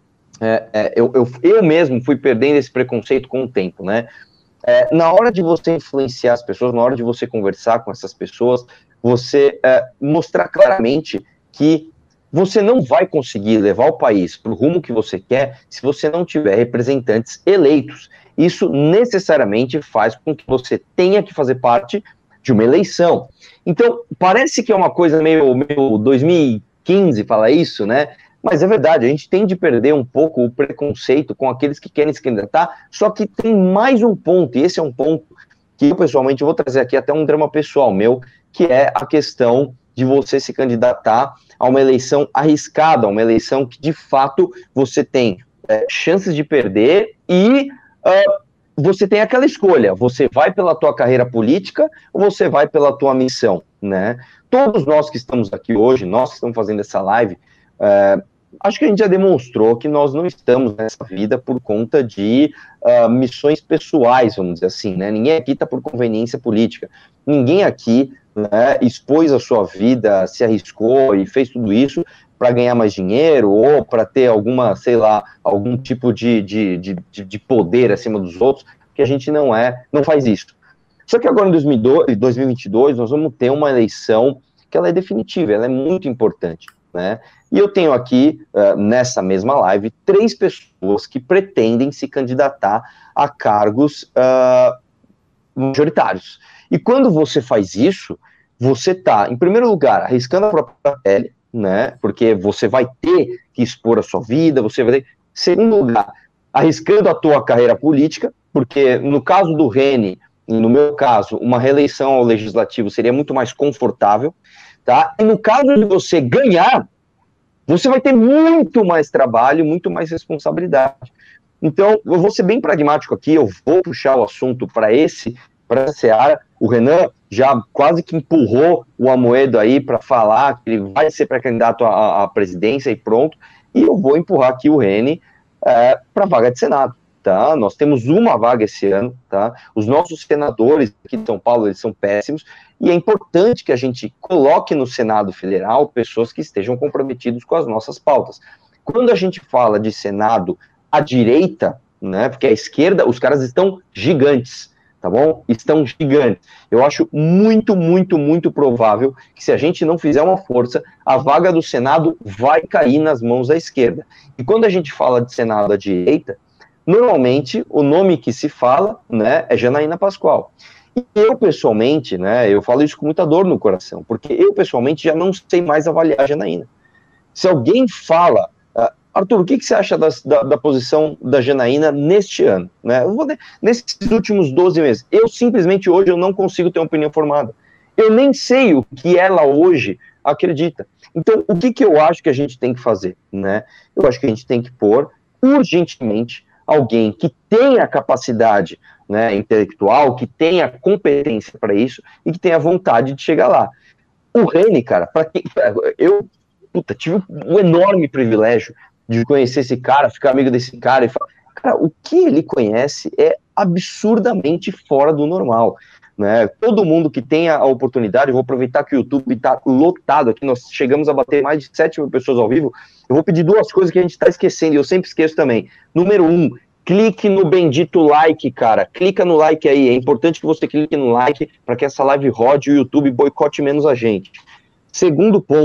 é, é, eu, eu, eu mesmo fui perdendo esse preconceito com o tempo, né? É, na hora de você influenciar as pessoas, na hora de você conversar com essas pessoas, você é, mostrar claramente que você não vai conseguir levar o país para o rumo que você quer se você não tiver representantes eleitos. Isso necessariamente faz com que você tenha que fazer parte de uma eleição. Então, parece que é uma coisa meio, meio dois mil e quinze falar isso, né? Mas é verdade, a gente tem de perder um pouco o preconceito com aqueles que querem se candidatar, só que tem mais um ponto, e esse é um ponto que eu, pessoalmente, vou trazer aqui até um drama pessoal meu, que é a questão de você se candidatar a uma eleição arriscada, uma eleição que, de fato, você tem é, chances de perder e uh, você tem aquela escolha, você vai pela tua carreira política ou você vai pela tua missão, né? Todos nós que estamos aqui hoje, nós que estamos fazendo essa live, uh, acho que a gente já demonstrou que nós não estamos nessa vida por conta de uh, missões pessoais, vamos dizer assim, né? Ninguém aqui está por conveniência política. Ninguém aqui, né, expôs a sua vida, se arriscou e fez tudo isso para ganhar mais dinheiro ou para ter alguma, sei lá, algum tipo de, de, de, de poder acima dos outros, porque a gente não é, não faz isso. Só que agora em dois mil e vinte e dois nós vamos ter uma eleição que ela é definitiva, ela é muito importante, né? E eu tenho aqui, uh, nessa mesma live, três pessoas que pretendem se candidatar a cargos uh, majoritários. E quando você faz isso, você está, em primeiro lugar, arriscando a própria pele, né? Porque você vai ter que expor a sua vida, você vai ter... Em segundo lugar, arriscando a tua carreira política, porque no caso do Reni, e no meu caso, uma reeleição ao legislativo seria muito mais confortável, tá? E no caso de você ganhar, você vai ter muito mais trabalho, muito mais responsabilidade. Então, eu vou ser bem pragmático aqui, eu vou puxar o assunto para esse, para essa seara. O Renan já quase que empurrou o Amoedo aí para falar que ele vai ser pré-candidato à, à presidência e pronto, e eu vou empurrar aqui o Reni é, para a vaga de Senado. Tá? Nós temos uma vaga esse ano, tá? Os nossos senadores aqui de São Paulo, eles são péssimos, e é importante que a gente coloque no Senado Federal pessoas que estejam comprometidas com as nossas pautas. Quando a gente fala de Senado à direita, né, porque a esquerda, os caras estão gigantes, tá bom? Estão gigantes. Eu acho muito, muito, muito provável que se a gente não fizer uma força, a vaga do Senado vai cair nas mãos da esquerda. E quando a gente fala de Senado à direita, normalmente, o nome que se fala, né, é Janaína Pascoal. E eu, pessoalmente, né, eu falo isso com muita dor no coração, porque eu, pessoalmente, já não sei mais avaliar a Janaína. Se alguém fala, uh, Arthur, o que, que você acha das, da, da posição da Janaína neste ano? Né? Eu vou, nesses últimos doze meses, eu simplesmente hoje eu não consigo ter uma opinião formada. Eu nem sei o que ela hoje acredita. Então, o que, que eu acho que a gente tem que fazer? Né? Eu acho que a gente tem que pôr, urgentemente, alguém que tenha capacidade, né, intelectual, que tenha competência para isso e que tenha vontade de chegar lá. O Reni, cara, para quem eu puta, tive um enorme privilégio de conhecer esse cara, ficar amigo desse cara e falar, cara, o que ele conhece é absurdamente fora do normal, né? Todo mundo que tenha a oportunidade, eu vou aproveitar que o YouTube está lotado aqui, nós chegamos a bater mais de sete mil pessoas ao vivo. Eu vou pedir duas coisas que a gente está esquecendo, e eu sempre esqueço também. Número um, clique no bendito like, cara. Clica no like aí. É importante que você clique no like para que essa live rode e o YouTube boicote menos a gente. Segundo ponto,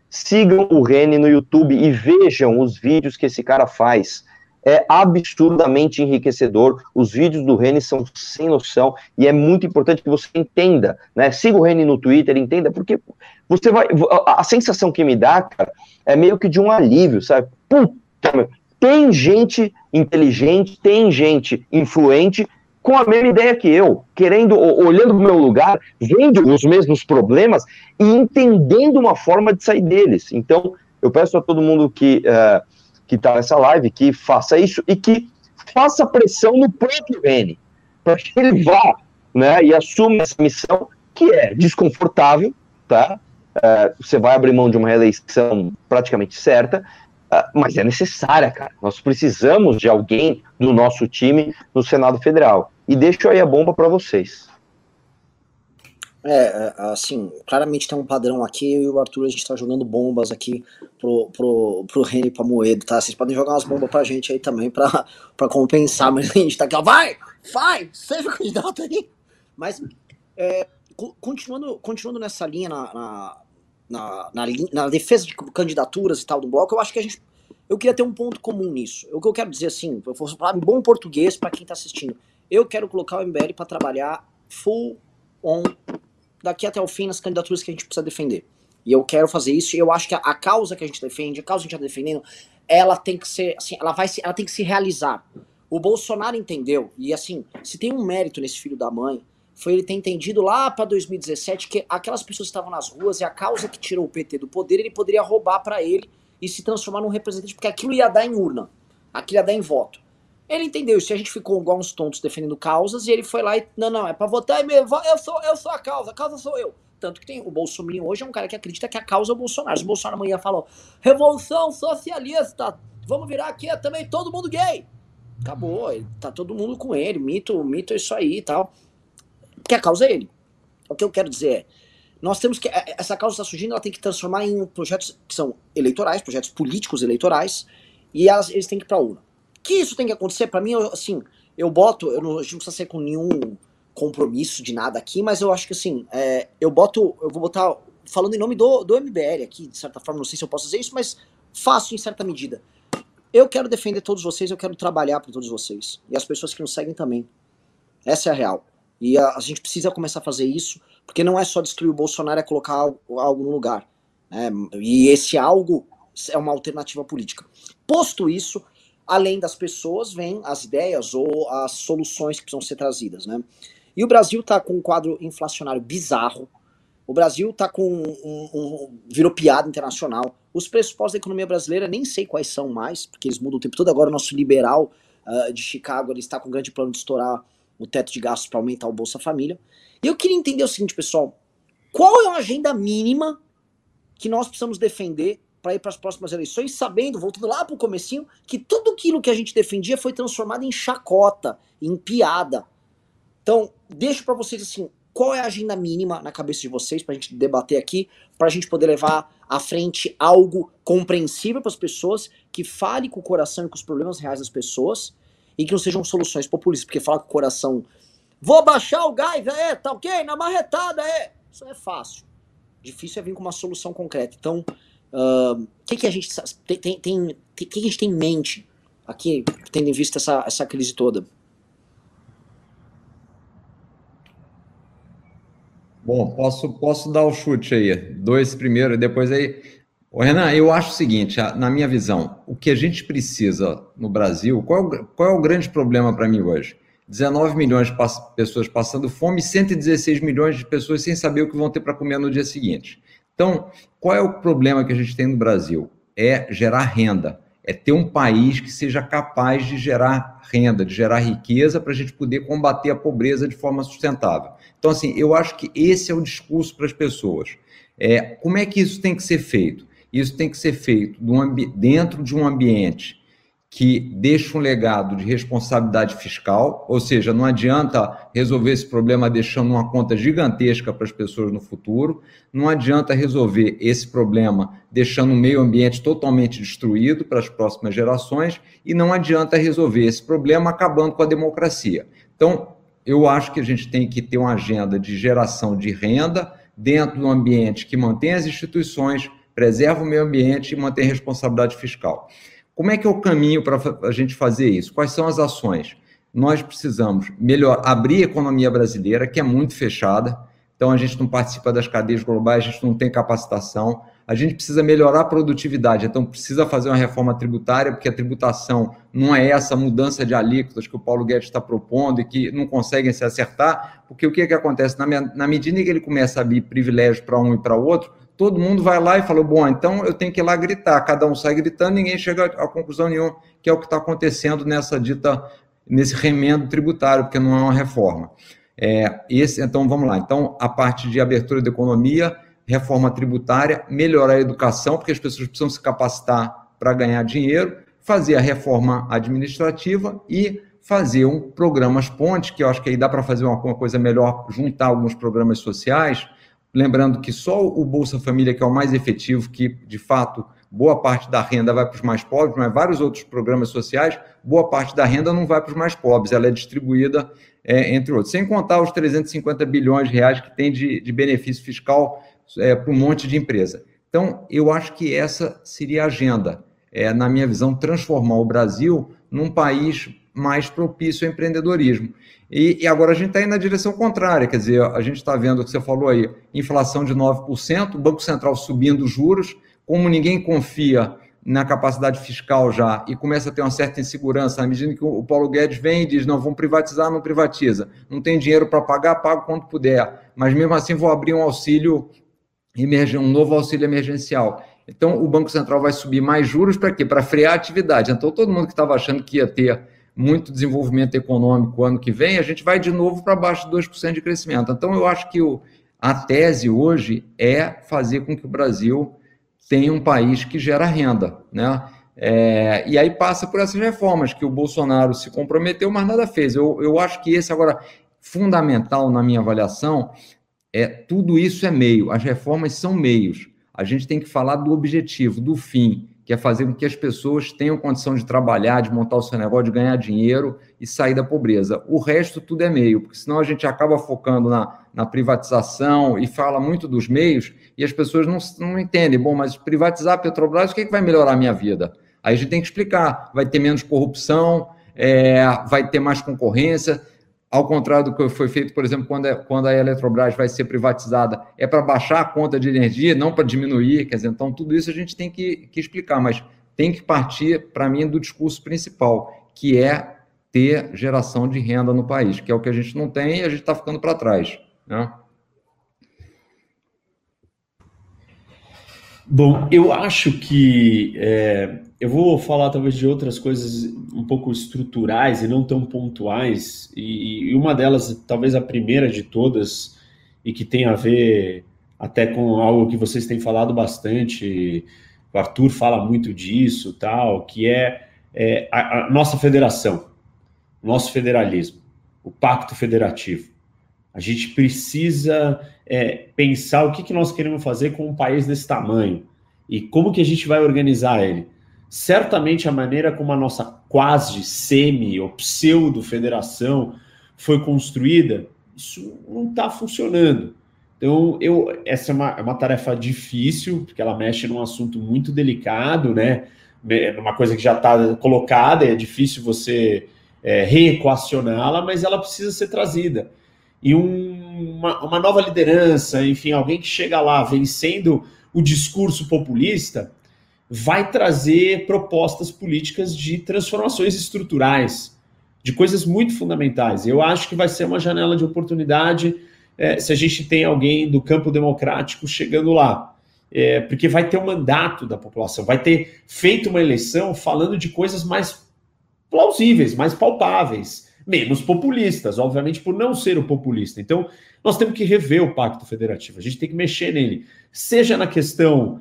sigam o Reni no YouTube e vejam os vídeos que esse cara faz. É absurdamente enriquecedor. Os vídeos do Reni são sem noção e é muito importante que você entenda, né? Siga o Reni no Twitter, entenda, porque você vai. A sensação que me dá, cara, é meio que de um alívio, sabe? Puta, meu, tem gente inteligente, tem gente influente com a mesma ideia que eu, querendo, olhando para o meu lugar, vendo os mesmos problemas e entendendo uma forma de sair deles. Então, eu peço a todo mundo que uh, que está nessa live, que faça isso e que faça pressão no próprio Reni, para que ele vá, né, e assuma essa missão, que é desconfortável, tá? Uh, você vai abrir mão de uma reeleição praticamente certa, uh, mas é necessária, cara. Nós precisamos de alguém do nosso time no Senado Federal. E deixo aí a bomba para vocês. É, assim, claramente tem um padrão aqui. Eu e o Arthur, a gente tá jogando bombas aqui pro, pro, pro Reni e pra Moedo, tá? Vocês podem jogar umas bombas pra gente aí também, pra, pra compensar, mas a gente tá aqui, ó, vai, vai, seja o candidato aí. Mas, é, continuando, continuando nessa linha, na, na, na, na, na defesa de candidaturas e tal do bloco, eu acho que a gente, eu queria ter um ponto comum nisso. O que eu quero dizer, assim, eu vou falar em bom português pra quem tá assistindo, eu quero colocar o M B L pra trabalhar full on daqui até o fim nas candidaturas que a gente precisa defender. E eu quero fazer isso, e eu acho que a, a causa que a gente defende, a causa que a gente está defendendo, ela tem que ser, assim, ela vai se, ela tem que se realizar. O Bolsonaro entendeu, e assim, se tem um mérito nesse filho da mãe, foi ele ter entendido lá para dois mil e dezessete que aquelas pessoas que estavam nas ruas e a causa que tirou o P T do poder, ele poderia roubar para ele e se transformar num representante, porque aquilo ia dar em urna, aquilo ia dar em voto. Ele entendeu isso, e a gente ficou igual uns tontos defendendo causas, e ele foi lá e, não, não, é pra votar, eu sou, eu sou a causa, a causa sou eu. Tanto que tem o Bolsonaro hoje é um cara que acredita que a causa é o Bolsonaro. Se o Bolsonaro amanhã falou, revolução socialista, vamos virar aqui é também todo mundo gay. Acabou, tá todo mundo com ele, mito, mito é isso aí e tal. Porque a causa é ele. O que eu quero dizer é, nós temos que, essa causa está surgindo, ela tem que transformar em projetos que são eleitorais, projetos políticos eleitorais, e elas, eles têm que ir pra urna. Que isso tem que acontecer, pra mim, eu, assim, eu boto, eu não, a gente não precisa ser com nenhum compromisso de nada aqui, mas eu acho que assim, é, eu boto, eu vou botar, falando em nome do, do M B L aqui, de certa forma, não sei se eu posso fazer isso, mas faço em certa medida. Eu quero defender todos vocês, eu quero trabalhar por todos vocês, e as pessoas que nos seguem também. Essa é a real. E a, a gente precisa começar a fazer isso, porque não é só destruir o Bolsonaro, é colocar algo, algo no lugar. Né? E esse algo é uma alternativa política. Posto isso, além das pessoas, vêm as ideias ou as soluções que precisam ser trazidas, né? E o Brasil está com um quadro inflacionário bizarro. O Brasil está com um, um, um... virou piada internacional. Os pressupostos da economia brasileira, nem sei quais são mais, porque eles mudam o tempo todo. Agora o nosso liberal uh, de Chicago, ele está com um grande plano de estourar o teto de gastos para aumentar o Bolsa Família. E eu queria entender o seguinte, pessoal. Qual é a agenda mínima que nós precisamos defender para ir para as próximas eleições, sabendo, voltando lá para o comecinho, que tudo aquilo que a gente defendia foi transformado em chacota, em piada. Então, deixo para vocês assim, qual é a agenda mínima na cabeça de vocês para a gente debater aqui, para a gente poder levar à frente algo compreensível para as pessoas, que fale com o coração e com os problemas reais das pessoas, e que não sejam soluções populistas, porque falar com o coração, vou baixar o gás, é, tá ok, na marretada, é, isso é fácil. Difícil é vir com uma solução concreta. Então, o uh, que, que a gente tem, tem, tem, que, que a gente tem em mente aqui, tendo em vista essa, essa crise toda? Bom, posso, posso dar o chute aí, dois primeiro e depois aí. Ô, Renan, eu acho o seguinte, na minha visão, o que a gente precisa no Brasil, qual, qual é o grande problema para mim hoje? dezenove milhões de pessoas passando fome e cento e dezesseis milhões de pessoas sem saber o que vão ter para comer no dia seguinte. Então, qual é o problema que a gente tem no Brasil? É gerar renda, é ter um país que seja capaz de gerar renda, de gerar riqueza para a gente poder combater a pobreza de forma sustentável. Então, assim, eu acho que esse é o discurso para as pessoas. É, como é que isso tem que ser feito? Isso tem que ser feito dentro de um ambiente que deixa um legado de responsabilidade fiscal, ou seja, não adianta resolver esse problema deixando uma conta gigantesca para as pessoas no futuro, não adianta resolver esse problema deixando o meio ambiente totalmente destruído para as próximas gerações, e não adianta resolver esse problema acabando com a democracia. Então, eu acho que a gente tem que ter uma agenda de geração de renda dentro de um ambiente que mantém as instituições, preserva o meio ambiente e mantém responsabilidade fiscal. Como é que é o caminho para a gente fazer isso? Quais são as ações? Nós precisamos melhor abrir a economia brasileira, que é muito fechada, então a gente não participa das cadeias globais, a gente não tem capacitação, a gente precisa melhorar a produtividade, então precisa fazer uma reforma tributária, porque a tributação não é essa mudança de alíquotas que o Paulo Guedes está propondo e que não conseguem se acertar, porque o que, que acontece? Na, na medida em que ele começa a abrir privilégios para um e para o outro, todo mundo vai lá e fala, bom, então eu tenho que ir lá gritar, cada um sai gritando, ninguém chega a conclusão nenhuma, que é o que está acontecendo nessa dita, nesse remendo tributário, porque não é uma reforma. É, esse, então, vamos lá. Então, a parte de abertura da economia, reforma tributária, melhorar a educação, porque as pessoas precisam se capacitar para ganhar dinheiro, fazer a reforma administrativa e fazer um programas ponte, que eu acho que aí dá para fazer uma, uma coisa melhor, juntar alguns programas sociais, lembrando que só o Bolsa Família, que é o mais efetivo, que, de fato, boa parte da renda vai para os mais pobres, mas vários outros programas sociais, boa parte da renda não vai para os mais pobres, ela é distribuída é, entre outros. Sem contar os trezentos e cinquenta bilhões de reais que tem de, de benefício fiscal é, para um monte de empresa. Então, eu acho que essa seria a agenda. É, na minha visão, transformar o Brasil num país mais propício ao empreendedorismo. E, e agora a gente está indo na direção contrária, quer dizer, a gente está vendo o que você falou aí, inflação de nove por cento, o Banco Central subindo os juros, como ninguém confia na capacidade fiscal já e começa a ter uma certa insegurança, na medida que o Paulo Guedes vem e diz, não, vamos privatizar, não privatiza, não tem dinheiro para pagar, pago quanto puder, mas mesmo assim vou abrir um auxílio, um novo auxílio emergencial. Então, o Banco Central vai subir mais juros para quê? Para frear a atividade. Então, todo mundo que estava achando que ia ter muito desenvolvimento econômico ano que vem, a gente vai de novo para baixo de dois por cento de crescimento. Então, eu acho que o, a tese hoje é fazer com que o Brasil tenha um país que gera renda, né? É, e aí passa por essas reformas que o Bolsonaro se comprometeu, mas nada fez. Eu, eu acho que esse, agora, fundamental na minha avaliação, é tudo isso é meio, as reformas são meios. A gente tem que falar do objetivo, do fim, que é fazer com que as pessoas tenham condição de trabalhar, de montar o seu negócio, de ganhar dinheiro e sair da pobreza. O resto tudo é meio, porque senão a gente acaba focando na, na privatização e fala muito dos meios e as pessoas não, não entendem. Bom, mas privatizar a Petrobras, o que, é que vai melhorar a minha vida? Aí a gente tem que explicar. Vai ter menos corrupção, é, vai ter mais concorrência. Ao contrário do que foi feito, por exemplo, quando, é, quando a Eletrobras vai ser privatizada, é para baixar a conta de energia, não para diminuir, quer dizer, então tudo isso a gente tem que, que explicar, mas tem que partir, para mim, do discurso principal, que é ter geração de renda no país, que é o que a gente não tem e a gente está ficando para trás, né? Bom, eu acho que é, eu vou falar talvez de outras coisas um pouco estruturais e não tão pontuais, e, e uma delas, talvez a primeira de todas, e que tem a ver até com algo que vocês têm falado bastante, o Arthur fala muito disso, tal, que é, é a, a nossa federação, nosso federalismo, o pacto federativo. A gente precisa é, pensar o que, que nós queremos fazer com um país desse tamanho e como que a gente vai organizar ele. Certamente a maneira como a nossa quase semi ou pseudo-federação foi construída, isso não está funcionando. Então, eu, essa é uma, é uma tarefa difícil, porque ela mexe num assunto muito delicado, né? Numa coisa que já está colocada, é difícil você é, reequacioná-la, mas ela precisa ser trazida. E um, uma, uma nova liderança, enfim, alguém que chega lá vencendo o discurso populista, vai trazer propostas políticas de transformações estruturais, de coisas muito fundamentais. Eu acho que vai ser uma janela de oportunidade é, se a gente tem alguém do campo democrático chegando lá, é, porque vai ter um mandato da população, vai ter feito uma eleição falando de coisas mais plausíveis, mais palpáveis, menos populistas, obviamente, por não ser o populista. Então, nós temos que rever o Pacto Federativo, a gente tem que mexer nele, seja na questão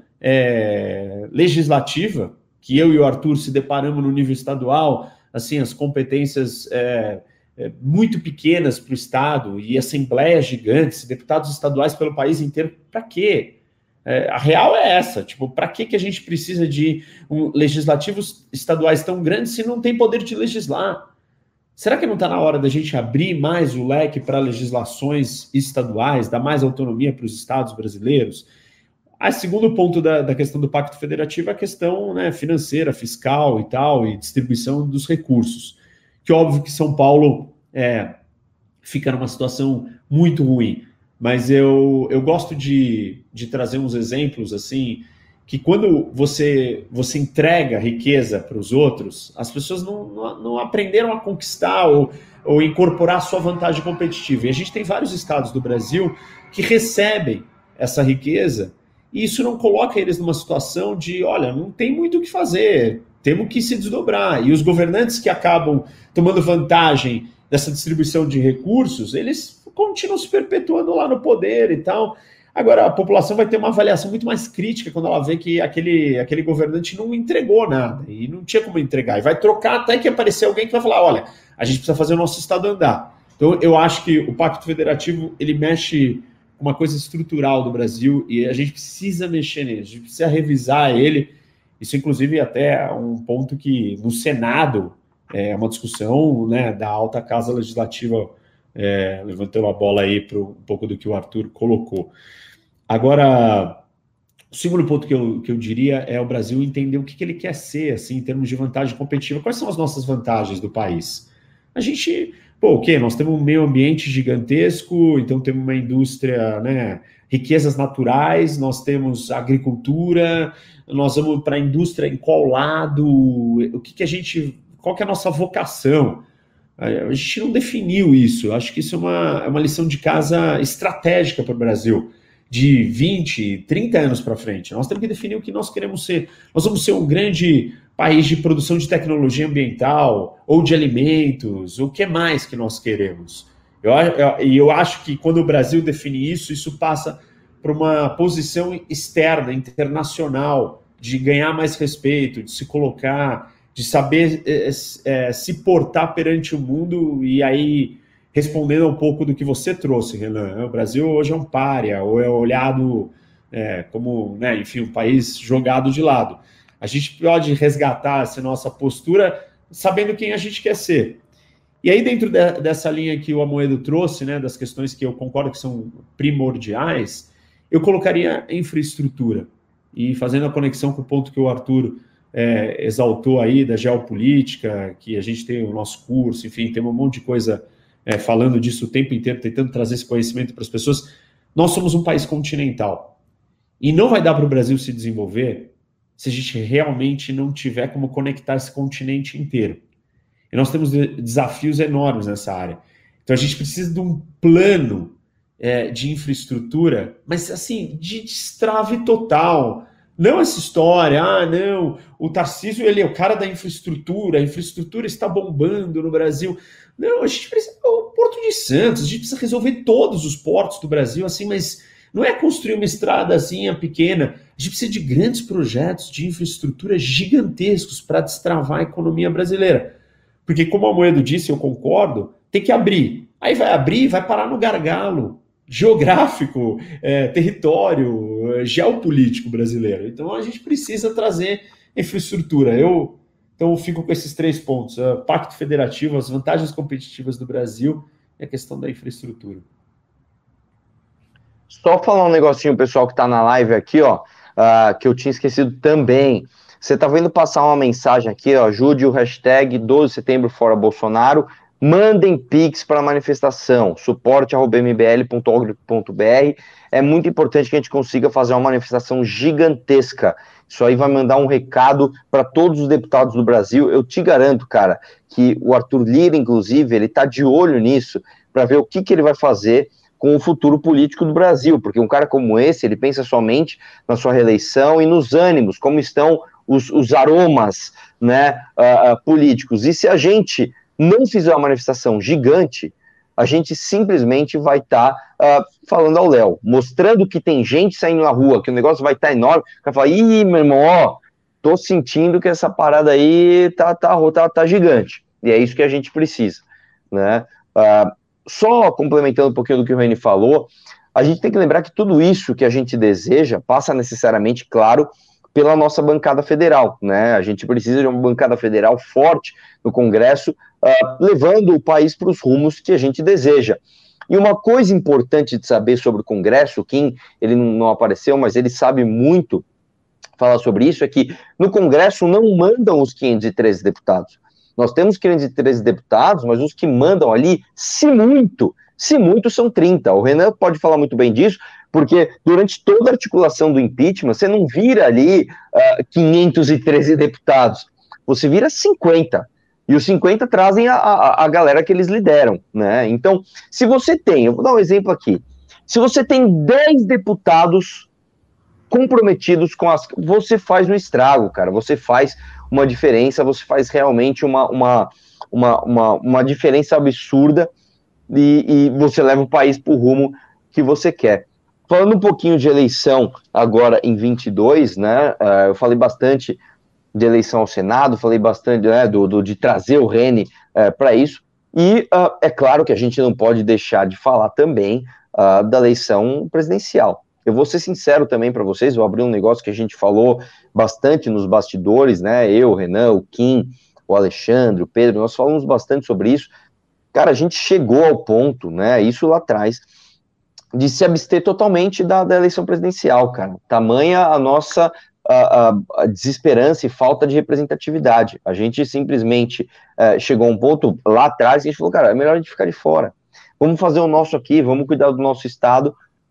é, legislativa, que eu e o Arthur se deparamos no nível estadual, assim, as competências é, é, muito pequenas para o Estado, e assembleias gigantes, deputados estaduais pelo país inteiro, para quê? É, a real é essa, tipo, para que, que a gente precisa de um, legislativos estaduais tão grandes se não tem poder de legislar? Será que não está na hora da gente abrir mais o leque para legislações estaduais, dar mais autonomia para os estados brasileiros? A segundo ponto da, da questão do Pacto Federativo é a questão, né, financeira, fiscal e tal, e distribuição dos recursos. Que óbvio que São Paulo é, fica numa situação muito ruim, mas eu, eu gosto de, de trazer uns exemplos assim, que quando você, você entrega riqueza para os outros, as pessoas não, não, não aprenderam a conquistar ou, ou incorporar a sua vantagem competitiva. E a gente tem vários estados do Brasil que recebem essa riqueza e isso não coloca eles numa situação de, olha, não tem muito o que fazer, temos que se desdobrar. E os governantes que acabam tomando vantagem dessa distribuição de recursos, eles continuam se perpetuando lá no poder e tal. Agora, a população vai ter uma avaliação muito mais crítica quando ela vê que aquele, aquele governante não entregou nada, e não tinha como entregar, e vai trocar até que aparecer alguém que vai falar, olha, a gente precisa fazer o nosso Estado andar. Então, eu acho que o Pacto Federativo, ele mexe com uma coisa estrutural do Brasil, e a gente precisa mexer nele, a gente precisa revisar ele. Isso, inclusive, até é um ponto que no Senado é uma discussão, né, da alta casa legislativa, é, levantando a bola aí para um pouco do que o Arthur colocou. Agora, o segundo ponto que eu, que eu diria é o Brasil entender o que, que ele quer ser, assim, em termos de vantagem competitiva. Quais são as nossas vantagens do país? A gente, pô, o quê? Nós temos um meio ambiente gigantesco, então temos uma indústria, né, riquezas naturais, nós temos agricultura, nós vamos para a indústria em qual lado? O que, que a gente, qual que é a nossa vocação? A gente não definiu isso. Acho que isso é uma, é uma lição de casa estratégica para o Brasil, de vinte, trinta anos para frente. Nós temos que definir o que nós queremos ser. Nós vamos ser um grande país de produção de tecnologia ambiental, ou de alimentos, o que mais que nós queremos? E eu, eu, eu acho que quando o Brasil define isso, isso passa para uma posição externa, internacional, de ganhar mais respeito, de se colocar, de saber é, é, se portar perante o mundo. E aí, respondendo um pouco do que você trouxe, Renan, o Brasil hoje é um pária, ou é olhado é, como, né, enfim, um país jogado de lado. A gente pode resgatar essa nossa postura sabendo quem a gente quer ser. E aí, dentro de, dessa linha que o Amoedo trouxe, né, das questões que eu concordo que são primordiais, eu colocaria infraestrutura. E fazendo a conexão com o ponto que o Arthur é, exaltou aí, da geopolítica, que a gente tem o nosso curso, enfim, tem um monte de coisa é, falando disso o tempo inteiro, tentando trazer esse conhecimento para as pessoas. Nós somos um país continental. E não vai dar para o Brasil se desenvolver se a gente realmente não tiver como conectar esse continente inteiro. E nós temos desafios enormes nessa área. Então a gente precisa de um plano é, de infraestrutura, mas assim, de destrave total. Não essa história, ah, não, o Tarcísio, ele é o cara da infraestrutura, a infraestrutura está bombando no Brasil. Não, a gente precisa do Porto de Santos, a gente precisa resolver todos os portos do Brasil, assim, mas não é construir uma estradazinha pequena. A gente precisa de grandes projetos de infraestrutura gigantescos para destravar a economia brasileira. Porque, como o Amoedo disse, eu concordo, tem que abrir. Aí vai abrir e vai parar no gargalo geográfico, é, território, é, geopolítico brasileiro. Então, a gente precisa trazer infraestrutura. Eu, então, eu fico com esses três pontos. O Pacto Federativo, as vantagens competitivas do Brasil e a questão da infraestrutura. Só falar um negocinho, pessoal que está na live aqui, ó, uh, que eu tinha esquecido também. Você está vendo passar uma mensagem aqui, ó, ajude o hashtag doze de setembro fora Bolsonaro, mandem pix para a manifestação, suporte arroba m b l ponto org ponto b r. É muito importante que a gente consiga fazer uma manifestação gigantesca. Isso aí vai mandar um recado para todos os deputados do Brasil. Eu te garanto, cara, que o Arthur Lira, inclusive, ele está de olho nisso para ver o que, que ele vai fazer com o futuro político do Brasil, porque um cara como esse, ele pensa somente na sua reeleição e nos ânimos, como estão os, os aromas, né, uh, uh, políticos. E se a gente não fizer uma manifestação gigante, a gente simplesmente vai estar tá, uh, falando ao Léo, mostrando que tem gente saindo na rua, que o negócio vai estar tá enorme, o cara fala, ih, meu irmão, ó, tô sentindo que essa parada aí tá, tá, tá, tá gigante. E é isso que a gente precisa, né? Uh, Só complementando um pouquinho do que o Reni falou, a gente tem que lembrar que tudo isso que a gente deseja passa necessariamente, claro, pela nossa bancada federal, né? A gente precisa de uma bancada federal forte no Congresso, uh, levando o país para os rumos que a gente deseja. E uma coisa importante de saber sobre o Congresso, o Kim, ele não apareceu, mas ele sabe muito falar sobre isso, é que no Congresso não mandam os quinhentos e treze deputados. Nós temos quinhentos e treze deputados, mas os que mandam ali, se muito, se muito, são trinta. O Renan pode falar muito bem disso, porque durante toda a articulação do impeachment, você não vira ali uh, quinhentos e treze deputados, você vira cinquenta. E os cinquenta trazem a, a, a galera que eles lideram, né? Então, se você tem, eu vou dar um exemplo aqui, se você tem dez deputados comprometidos com as... Você faz um estrago, cara, você faz uma diferença, você faz realmente uma, uma, uma, uma, uma diferença absurda e, e você leva o país para o rumo que você quer. Falando um pouquinho de eleição agora em vinte e dois, né, uh, eu falei bastante de eleição ao Senado, falei bastante, né, do, do, de trazer o Reni uh, para isso, e uh, é claro que a gente não pode deixar de falar também uh, da eleição presidencial. Eu vou ser sincero também para vocês, vou abrir um negócio que a gente falou bastante nos bastidores, né, eu, o Renan, o Kim, o Alexandre, o Pedro, nós falamos bastante sobre isso. Cara, a gente chegou ao ponto, né, isso lá atrás, de se abster totalmente da, da eleição presidencial, cara. Tamanha a nossa a, a, a desesperança e falta de representatividade. A gente simplesmente uh, chegou a um ponto lá atrás e a gente falou, cara, é melhor a gente ficar de fora. Vamos fazer o nosso aqui, vamos cuidar do nosso estado,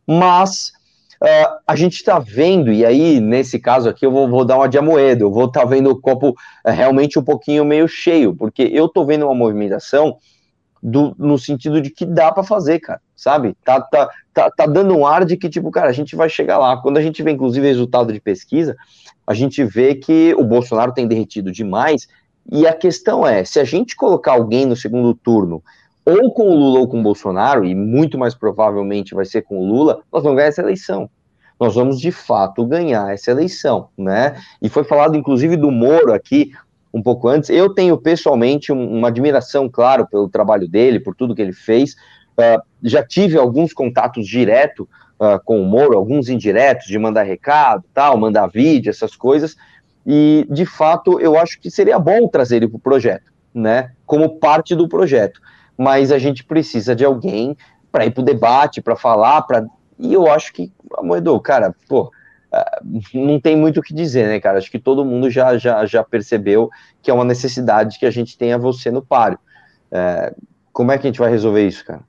mas uh, a gente está vendo, e aí, nesse caso aqui, eu vou, vou dar uma de Amoedo, eu vou estar tá vendo o copo uh, realmente um pouquinho meio cheio, porque eu tô vendo uma movimentação Do, no sentido de que dá para fazer, cara, sabe? Tá, tá, tá, tá dando um ar de que, tipo, cara, a gente vai chegar lá. Quando a gente vê, inclusive, resultado de pesquisa, a gente vê que o Bolsonaro tem derretido demais, e a questão é, se a gente colocar alguém no segundo turno, ou com o Lula ou com o Bolsonaro, e muito mais provavelmente vai ser com o Lula, nós vamos ganhar essa eleição. Nós vamos, de fato, ganhar essa eleição, né? E foi falado, inclusive, do Moro aqui, um pouco antes. Eu tenho pessoalmente um, uma admiração, claro, pelo trabalho dele, por tudo que ele fez. Uh, já tive alguns contatos direto uh, com o Moro, alguns indiretos, de mandar recado, tal, mandar vídeo, essas coisas, e, de fato, eu acho que seria bom trazer ele para o projeto, né, como parte do projeto, mas a gente precisa de alguém para ir para o debate, para falar, pra... e eu acho que, Amoedo, cara, pô, Uh, não tem muito o que dizer, né, cara? Acho que todo mundo já, já, já percebeu que é uma necessidade que a gente tenha você no páreo. Uh, como é que a gente vai resolver isso, cara?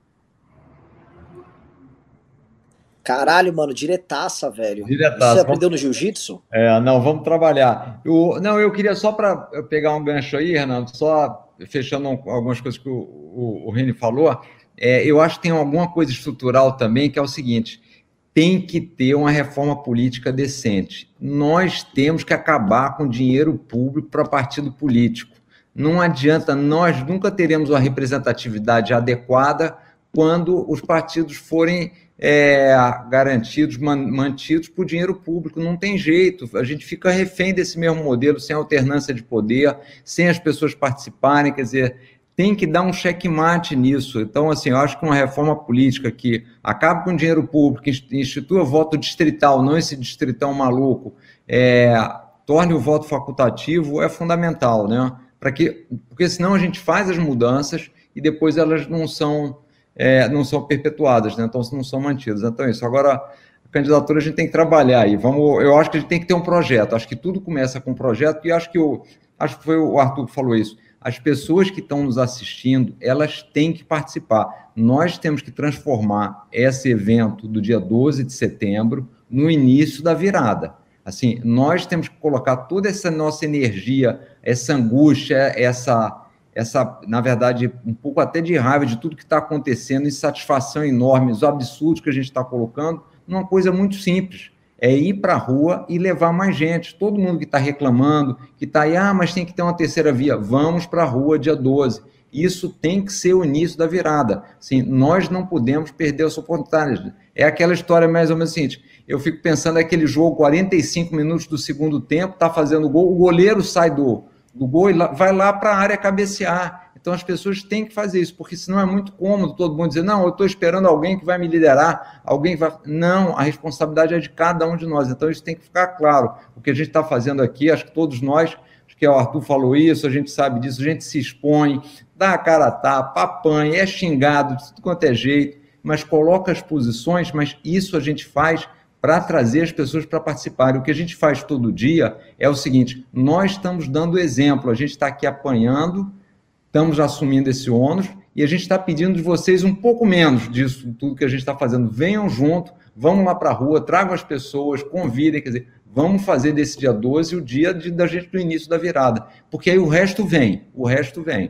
Caralho, mano, diretaça, velho. Diretaça. Você aprendeu no jiu-jitsu? É, não, vamos trabalhar. Eu, não, eu queria só para pegar um gancho aí, Renato, só fechando algumas coisas que o, o, o Reni falou, é, eu acho que tem alguma coisa estrutural também, que é o seguinte: tem que ter uma reforma política decente. Nós temos que acabar com dinheiro público para partido político. Não adianta, nós nunca teremos uma representatividade adequada quando os partidos forem é, garantidos, mantidos por dinheiro público. Não tem jeito, a gente fica refém desse mesmo modelo, sem alternância de poder, sem as pessoas participarem, quer dizer... tem que dar um checkmate nisso. Então, assim, eu acho que uma reforma política que acabe com o dinheiro público, institua voto distrital, não esse distritão maluco, é, torne o voto facultativo, é fundamental, né? Para que, porque senão a gente faz as mudanças e depois elas não são, é, não são perpetuadas, né? Então não são mantidas. Então, isso. Agora, a candidatura a gente tem que trabalhar aí. Vamos, eu acho que a gente tem que ter um projeto. Acho que tudo começa com um projeto, e acho que, o, acho que foi o Arthur que falou isso. As pessoas que estão nos assistindo, elas têm que participar. Nós temos que transformar esse evento do dia doze de setembro no início da virada. Assim, nós temos que colocar toda essa nossa energia, essa angústia, essa, essa, na verdade, um pouco até de raiva de tudo que está acontecendo, insatisfação enorme, os absurdos que a gente está colocando, numa coisa muito simples. É ir para a rua e levar mais gente. Todo mundo que está reclamando, que está aí, ah, mas tem que ter uma terceira via. Vamos para a rua dia doze. Isso tem que ser o início da virada. Assim, nós não podemos perder essa oportunidade. É aquela história mais ou menos seguinte, eu fico pensando, é aquele jogo, quarenta e cinco minutos do segundo tempo, está fazendo gol, o goleiro sai do, do gol e vai lá para a área cabecear. Então, as pessoas têm que fazer isso, porque senão é muito cômodo todo mundo dizer, não, eu estou esperando alguém que vai me liderar, alguém vai... Não, a responsabilidade é de cada um de nós. Então, isso tem que ficar claro. O que a gente está fazendo aqui, acho que todos nós, acho que o Arthur falou isso, a gente sabe disso, a gente se expõe, dá a cara a tapa, apanha, é xingado de tudo quanto é jeito, mas coloca as posições, mas isso a gente faz para trazer as pessoas para participarem. O que a gente faz todo dia é o seguinte, nós estamos dando exemplo, a gente está aqui apanhando, estamos assumindo esse ônus, e a gente está pedindo de vocês um pouco menos disso, tudo que a gente está fazendo. Venham junto, vamos lá para a rua, tragam as pessoas, convidem, quer dizer, vamos fazer desse dia doze o dia de, da gente do início da virada, porque aí o resto vem, o resto vem.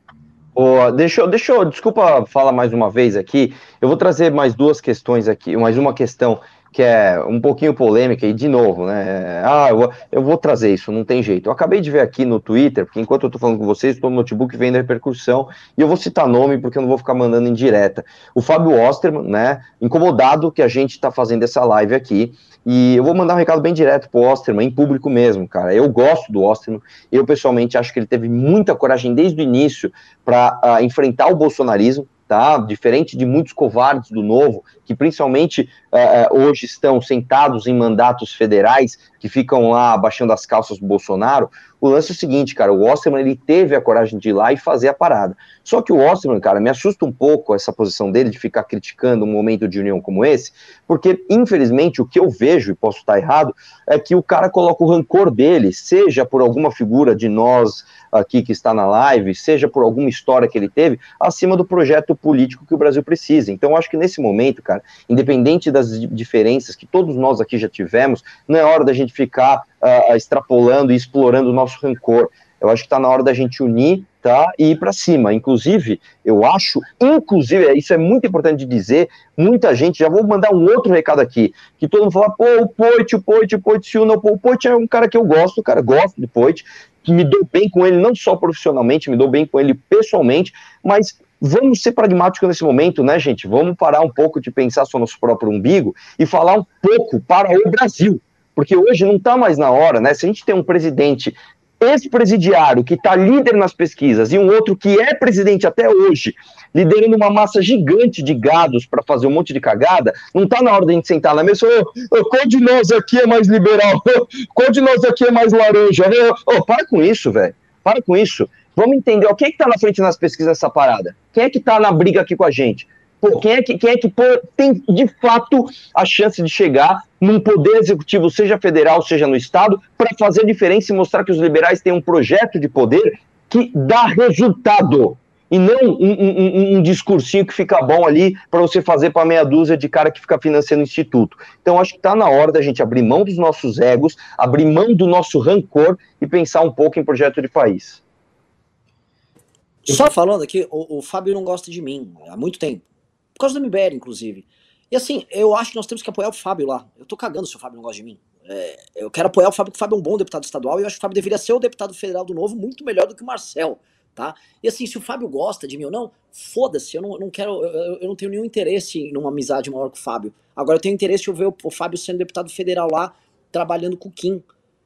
Oh, deixa, eu, deixa eu, desculpa falar mais uma vez aqui, eu vou trazer mais duas questões aqui, mais uma questão que é um pouquinho polêmica, e de novo, né, ah, eu vou, eu vou trazer isso, não tem jeito. Eu acabei de ver aqui no Twitter, porque enquanto eu tô falando com vocês, estou no notebook vendo a repercussão, e eu vou citar nome, porque eu não vou ficar mandando em direta. O Fábio Osterman, né, incomodado que a gente tá fazendo essa live aqui, e eu vou mandar um recado bem direto pro Osterman, em público mesmo, cara. Eu gosto do Osterman, eu pessoalmente acho que ele teve muita coragem desde o início para uh, enfrentar o bolsonarismo, tá? Diferente de muitos covardes do Novo, que principalmente uh, hoje estão sentados em mandatos federais, que ficam lá abaixando as calças do Bolsonaro. O lance é o seguinte, cara, o Osterman, ele teve a coragem de ir lá e fazer a parada. Só que o Osterman, cara, me assusta um pouco essa posição dele de ficar criticando um momento de união como esse, porque, infelizmente, o que eu vejo, e posso estar errado, é que o cara coloca o rancor dele, seja por alguma figura de nós aqui que está na live, seja por alguma história que ele teve, acima do projeto político que o Brasil precisa. Então, eu acho que nesse momento, cara, independente das diferenças que todos nós aqui já tivemos, não é hora da gente ficar uh, extrapolando e explorando o nosso rancor. Eu acho que está na hora da gente unir, tá, e ir para cima. Inclusive, eu acho, inclusive, isso é muito importante de dizer, muita gente, já vou mandar um outro recado aqui, que todo mundo fala, pô, o Poit, o Poit, o Poit se una, pô, o Poit é um cara que eu gosto, cara, gosto do Poit, que me dou bem com ele, não só profissionalmente, me dou bem com ele pessoalmente, mas vamos ser pragmáticos nesse momento, né, gente? Vamos parar um pouco de pensar só no nosso próprio umbigo e falar um pouco para o Brasil, porque hoje não está mais na hora, né? Se a gente tem um presidente ex-presidiário que está líder nas pesquisas e um outro que é presidente até hoje, liderando uma massa gigante de gados para fazer um monte de cagada, não está na hora de a gente sentar na mesa e falar, oh, qual de nós aqui é mais liberal? Qual de nós aqui é mais laranja? Oh, oh, para com isso, velho. Para com isso. Vamos entender, ó, quem é que está na frente nas pesquisas dessa parada? Quem é que está na briga aqui com a gente? Pô, quem é que, quem é que pô, tem, de fato, a chance de chegar num poder executivo, seja federal, seja no estado, para fazer a diferença e mostrar que os liberais têm um projeto de poder que dá resultado, e não um, um, um, um discursinho que fica bom ali para você fazer para meia dúzia de cara que fica financiando o instituto. Então, acho que está na hora da gente abrir mão dos nossos egos, abrir mão do nosso rancor e pensar um pouco em projeto de país. Só falando aqui, o, o Fábio não gosta de mim há muito tempo. Por causa do M B L, inclusive. E assim, eu acho que nós temos que apoiar o Fábio lá. Eu tô cagando se o Fábio não gosta de mim. É, eu quero apoiar o Fábio, porque o Fábio é um bom deputado estadual, e eu acho que o Fábio deveria ser o deputado federal do Novo muito melhor do que o Marcel, tá? E assim, se o Fábio gosta de mim ou não, foda-se, eu não, eu não quero, eu, eu não tenho nenhum interesse em uma amizade maior com o Fábio. Agora eu tenho interesse em ver o, o Fábio sendo deputado federal lá, trabalhando com o Kim.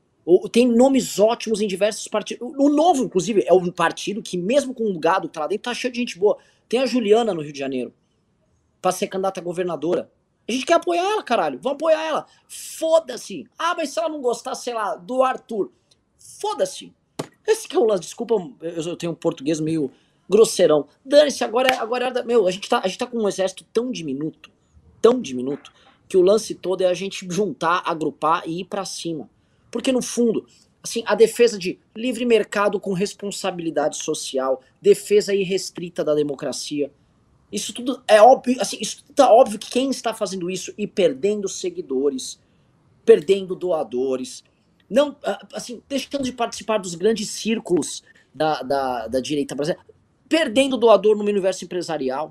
O, tem nomes ótimos em diversos partidos. O, o Novo, inclusive, é um partido que, mesmo com o gado que tá lá dentro, tá cheio de gente boa. Tem a Juliana no Rio de Janeiro, pra ser candidata a governadora. A gente quer apoiar ela, caralho. Vamos apoiar ela. Foda-se. Ah, mas se ela não gostar, sei lá, do Arthur. Foda-se. Esse que é o lance. Desculpa, eu tenho um português meio grosseirão. Dane-se, agora, agora... Meu, a gente, tá, a gente tá com um exército tão diminuto, tão diminuto, que o lance todo é a gente juntar, agrupar e ir pra cima. Porque, no fundo, assim, a defesa de livre mercado com responsabilidade social, defesa irrestrita da democracia, isso tudo é óbvio, assim, isso tudo tá óbvio que quem está fazendo isso e perdendo seguidores, perdendo doadores, não, assim, deixando de participar dos grandes círculos da, da, da direita brasileira, perdendo doador no universo empresarial.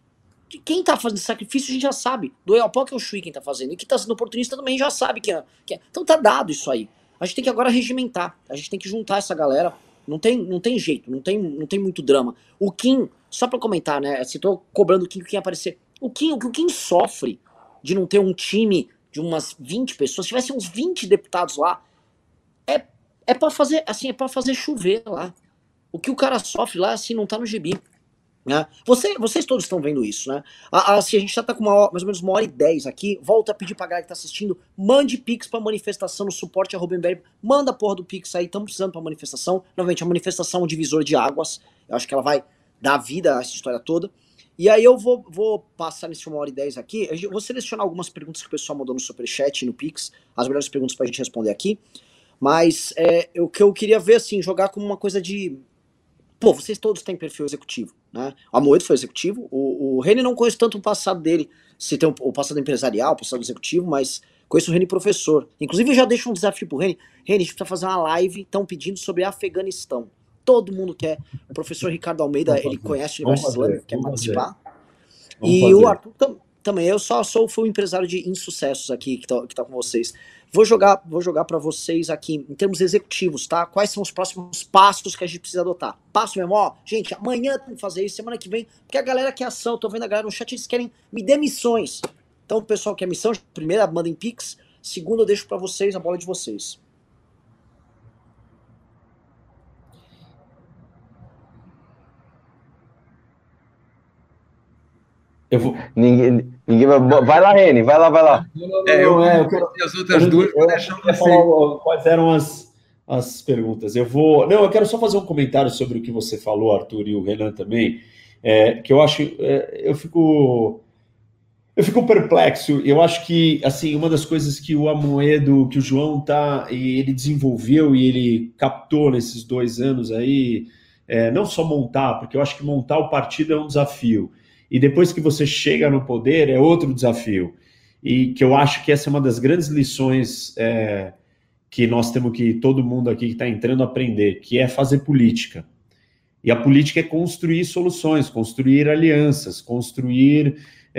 Quem tá fazendo sacrifício a gente já sabe. Do Eopoc ao Chui quem tá fazendo. E quem tá sendo oportunista também já sabe que é, que é. Então tá dado isso aí. A gente tem que agora regimentar. A gente tem que juntar essa galera. Não tem, não tem jeito, não tem, não tem muito drama. O Kim, só pra comentar, né? Se tô cobrando o Kim, o Kim aparecer. O Kim, o que o Kim sofre de não ter um time de umas vinte pessoas, se tivesse uns vinte deputados lá, é, é pra fazer, assim, é pra fazer chover lá. O que o cara sofre lá, assim, não tá no gibi. Né? Você, vocês todos estão vendo isso, né? A, a, se a gente já tá com uma hora, mais ou menos uma hora e dez aqui, volta a pedir pra galera que tá assistindo, mande Pix pra manifestação no suporte arroba M B L, manda a porra do Pix aí, estamos precisando pra manifestação. Novamente, a manifestação é um divisor de águas, eu acho que ela vai dar vida a essa história toda. E aí eu vou, vou passar nesse uma hora e dez aqui, eu vou selecionar algumas perguntas que o pessoal mandou no Superchat e no Pix, as melhores perguntas pra gente responder aqui, mas é, o que eu queria ver, assim, jogar como uma coisa de... Pô, vocês todos têm perfil executivo, né? O Amoedo foi executivo, o, o Reni não conheço tanto o passado dele, se tem o, o passado empresarial, o passado executivo, mas conheço o Reni professor. Inclusive eu já deixo um desafio pro Reni. Reni, a gente precisa fazer uma live, estão pedindo sobre Afeganistão. Todo mundo quer. O professor Ricardo Almeida, ele conhece o universo islâmico, quer participar. E fazer. O Arthur tam, também. Eu só sou fui um empresário de insucessos aqui que tá, que tá com vocês. Vou jogar, vou jogar para vocês aqui em termos executivos, tá? Quais são os próximos passos que a gente precisa adotar? Passo mesmo, ó, gente, amanhã tem que fazer isso, semana que vem, porque a galera quer ação, tô vendo a galera no chat, eles querem me dê missões. Então o pessoal quer missão, primeira, mandem Pix, segunda eu deixo para vocês, a bola de vocês. Eu vou... ninguém, ninguém vai... vai lá, Reni, vai lá, vai lá. É, eu, é, eu quero as outras eu, duas, eu, eu, eu falar quais eram as, as perguntas. Eu vou. Não, eu quero só fazer um comentário sobre o que você falou, Arthur, e o Renan também, é, que eu acho. É, eu fico. Eu fico perplexo. Eu acho que, assim, uma das coisas que o Amoedo, que o João tá, e ele desenvolveu e ele captou nesses dois anos aí, é, não só montar, porque eu acho que montar o partido é um desafio. E depois que você chega no poder, é outro desafio. E que eu acho que essa é uma das grandes lições é, que nós temos que, todo mundo aqui que está entrando, aprender, que é fazer política. E a política é construir soluções, construir alianças, construir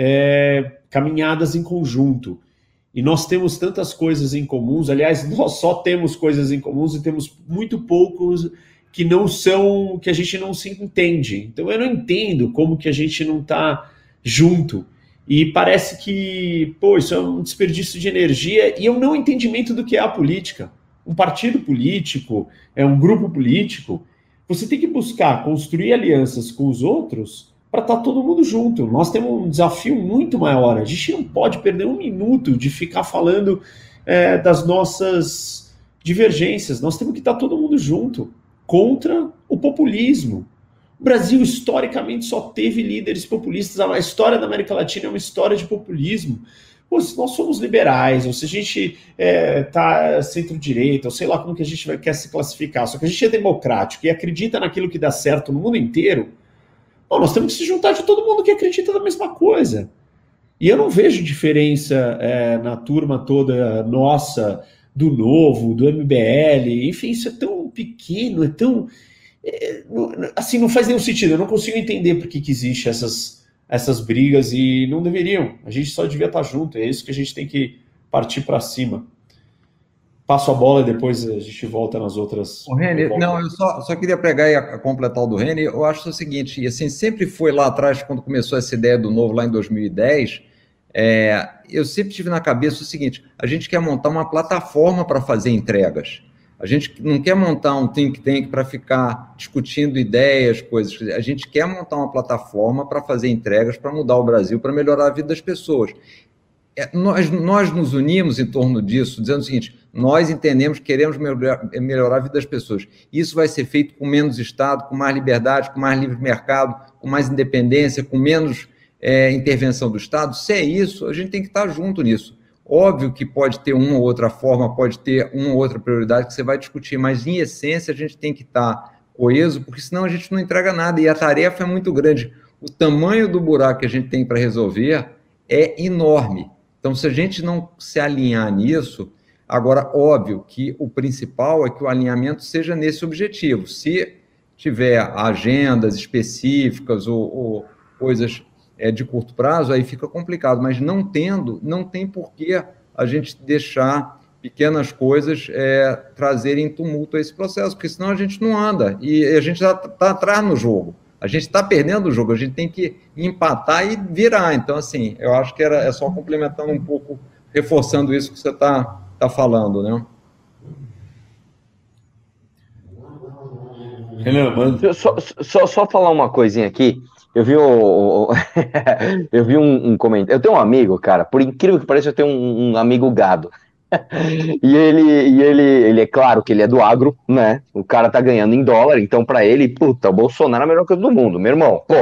é, caminhadas em conjunto. E nós temos tantas coisas em comuns, aliás, nós só temos coisas em comuns e temos muito poucos... que não são, que a gente não se entende. Então eu não entendo como que a gente não está junto. E parece que, pô, isso é um desperdício de energia e é um não entendimento do que é a política. Um partido político, é um grupo político, você tem que buscar construir alianças com os outros para estar todo mundo junto. Nós temos um desafio muito maior. A gente não pode perder um minuto de ficar falando é, das nossas divergências. Nós temos que estar todo mundo junto contra o populismo. O Brasil, historicamente, só teve líderes populistas. A história da América Latina é uma história de populismo. Pô, se nós somos liberais, ou se a gente está é, centro-direita, ou sei lá como que a gente vai, quer se classificar, só que a gente é democrático e acredita naquilo que dá certo no mundo inteiro, bom, nós temos que se juntar de todo mundo que acredita na mesma coisa. E eu não vejo diferença é, na turma toda nossa, do Novo, do M B L, enfim, isso é tão pequeno, é tão... É, assim, não faz nenhum sentido, eu não consigo entender por que que existe essas, essas brigas e não deveriam, a gente só devia estar junto, é isso que a gente tem que partir para cima. Passo a bola e depois a gente volta nas outras... O Reni, não, eu só, só queria pegar e a, a completar o do Reni, eu acho o seguinte, e assim, sempre foi lá atrás, quando começou essa ideia do Novo, lá em dois mil e dez... É, eu sempre tive na cabeça o seguinte, a gente quer montar uma plataforma para fazer entregas, a gente não quer montar um think tank para ficar discutindo ideias, coisas, a gente quer montar uma plataforma para fazer entregas, para mudar o Brasil, para melhorar a vida das pessoas. É, nós, nós nos unimos em torno disso, dizendo o seguinte, nós entendemos que queremos melhorar, melhorar a vida das pessoas, isso vai ser feito com menos Estado, com mais liberdade, com mais livre mercado, com mais independência, com menos... É, intervenção do Estado. Se é isso, a gente tem que estar junto nisso. Óbvio que pode ter uma ou outra forma, pode ter uma ou outra prioridade que você vai discutir, mas em essência a gente tem que estar coeso, porque senão a gente não entrega nada, e a tarefa é muito grande. O tamanho do buraco que a gente tem para resolver é enorme. Então, se a gente não se alinhar nisso, agora, óbvio que o principal é que o alinhamento seja nesse objetivo. Se tiver agendas específicas ou, ou coisas... É, de curto prazo, aí fica complicado, mas não tendo, não tem por que a gente deixar pequenas coisas é, trazerem tumulto a esse processo, porque senão a gente não anda, e a gente já está atrás no jogo, a gente está perdendo o jogo, a gente tem que empatar e virar. Então, assim, eu acho que era, é só complementando um pouco, reforçando isso que você está tá falando, né? Renan, só, só, só falar uma coisinha aqui. Eu vi, o, eu vi um, um comentário. Eu tenho um amigo, cara, por incrível que pareça, eu tenho um, um amigo gado. E ele, e ele, ele é claro que ele é do agro, né? O cara tá ganhando em dólar, então pra ele, puta, o Bolsonaro é a melhor coisa do mundo, meu irmão. Pô,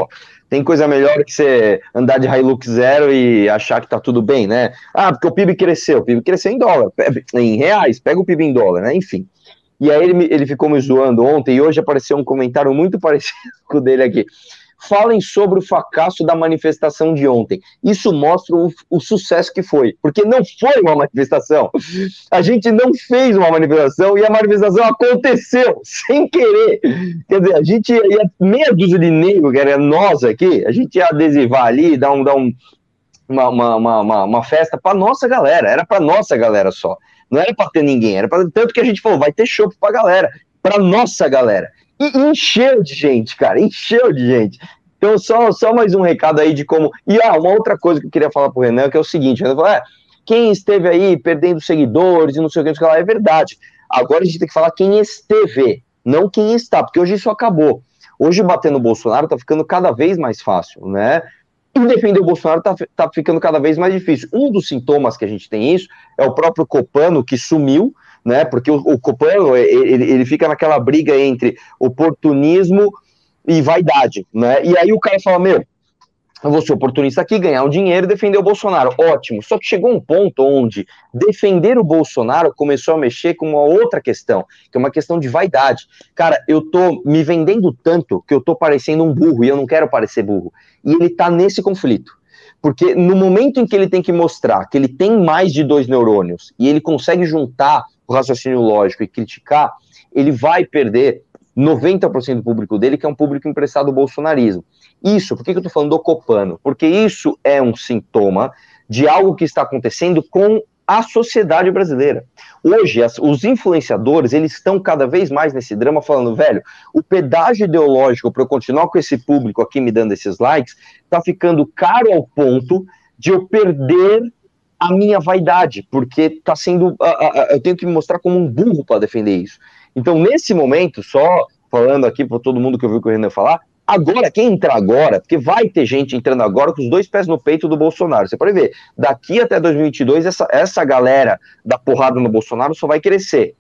Tem coisa melhor que você andar de Hilux zero e achar que tá tudo bem, né? Ah, porque o P I B cresceu. O P I B cresceu em dólar, em reais. Pega o P I B em dólar, né? Enfim. E aí ele, ele ficou me zoando ontem e hoje apareceu um comentário muito parecido com o dele aqui. Falem sobre o fracasso da manifestação de ontem. Isso mostra o, o sucesso que foi, porque não foi uma manifestação. A gente não fez uma manifestação e a manifestação aconteceu sem querer. Quer dizer, a gente ia, meia dúzia de negro, que era nós aqui, a gente ia adesivar ali, dar, um, dar um, uma, uma, uma, uma festa para nossa galera, era para nossa galera só. Não era para ter ninguém, era pra, tanto que a gente falou, vai ter show pra galera, para nossa galera. E encheu de gente, cara, encheu de gente. Então, só, só mais um recado aí de como... E ah, uma outra coisa que eu queria falar pro Renan, que é o seguinte, Renan falou, é, quem esteve aí perdendo seguidores e não sei o que, não sei o que lá, é verdade. Agora a gente tem que falar quem esteve, não quem está, porque hoje isso acabou. Hoje bater no Bolsonaro tá ficando cada vez mais fácil, né? E defender o Bolsonaro tá, tá ficando cada vez mais difícil. Um dos sintomas que a gente tem isso é o próprio Copano, que sumiu, né? Porque o, o Copano, ele, ele fica naquela briga entre oportunismo e vaidade, né? E aí o cara fala, meu, eu vou ser oportunista aqui, ganhar um dinheiro e defender o Bolsonaro. Ótimo. Só que chegou um ponto onde defender o Bolsonaro começou a mexer com uma outra questão, que é uma questão de vaidade. Cara, eu tô me vendendo tanto que eu tô parecendo um burro e eu não quero parecer burro. E ele tá nesse conflito. Porque no momento em que ele tem que mostrar que ele tem mais de dois neurônios e ele consegue juntar o raciocínio lógico e criticar, ele vai perder noventa por cento do público dele, que é um público emprestado ao bolsonarismo. Isso, por que, que eu tô falando do Copano? Porque isso é um sintoma de algo que está acontecendo com a sociedade brasileira. Hoje, as, os influenciadores, eles estão cada vez mais nesse drama falando, velho, o pedágio ideológico para eu continuar com esse público aqui me dando esses likes, tá ficando caro ao ponto de eu perder a minha vaidade, porque tá sendo, a, a, a, eu tenho que me mostrar como um burro para defender isso. Então, nesse momento, só falando aqui para todo mundo que ouviu o que o Renan falar, agora, quem entrar agora, porque vai ter gente entrando agora com os dois pés no peito do Bolsonaro, você pode ver, daqui até dois mil e vinte e dois, essa, essa galera da porrada no Bolsonaro só vai crescer.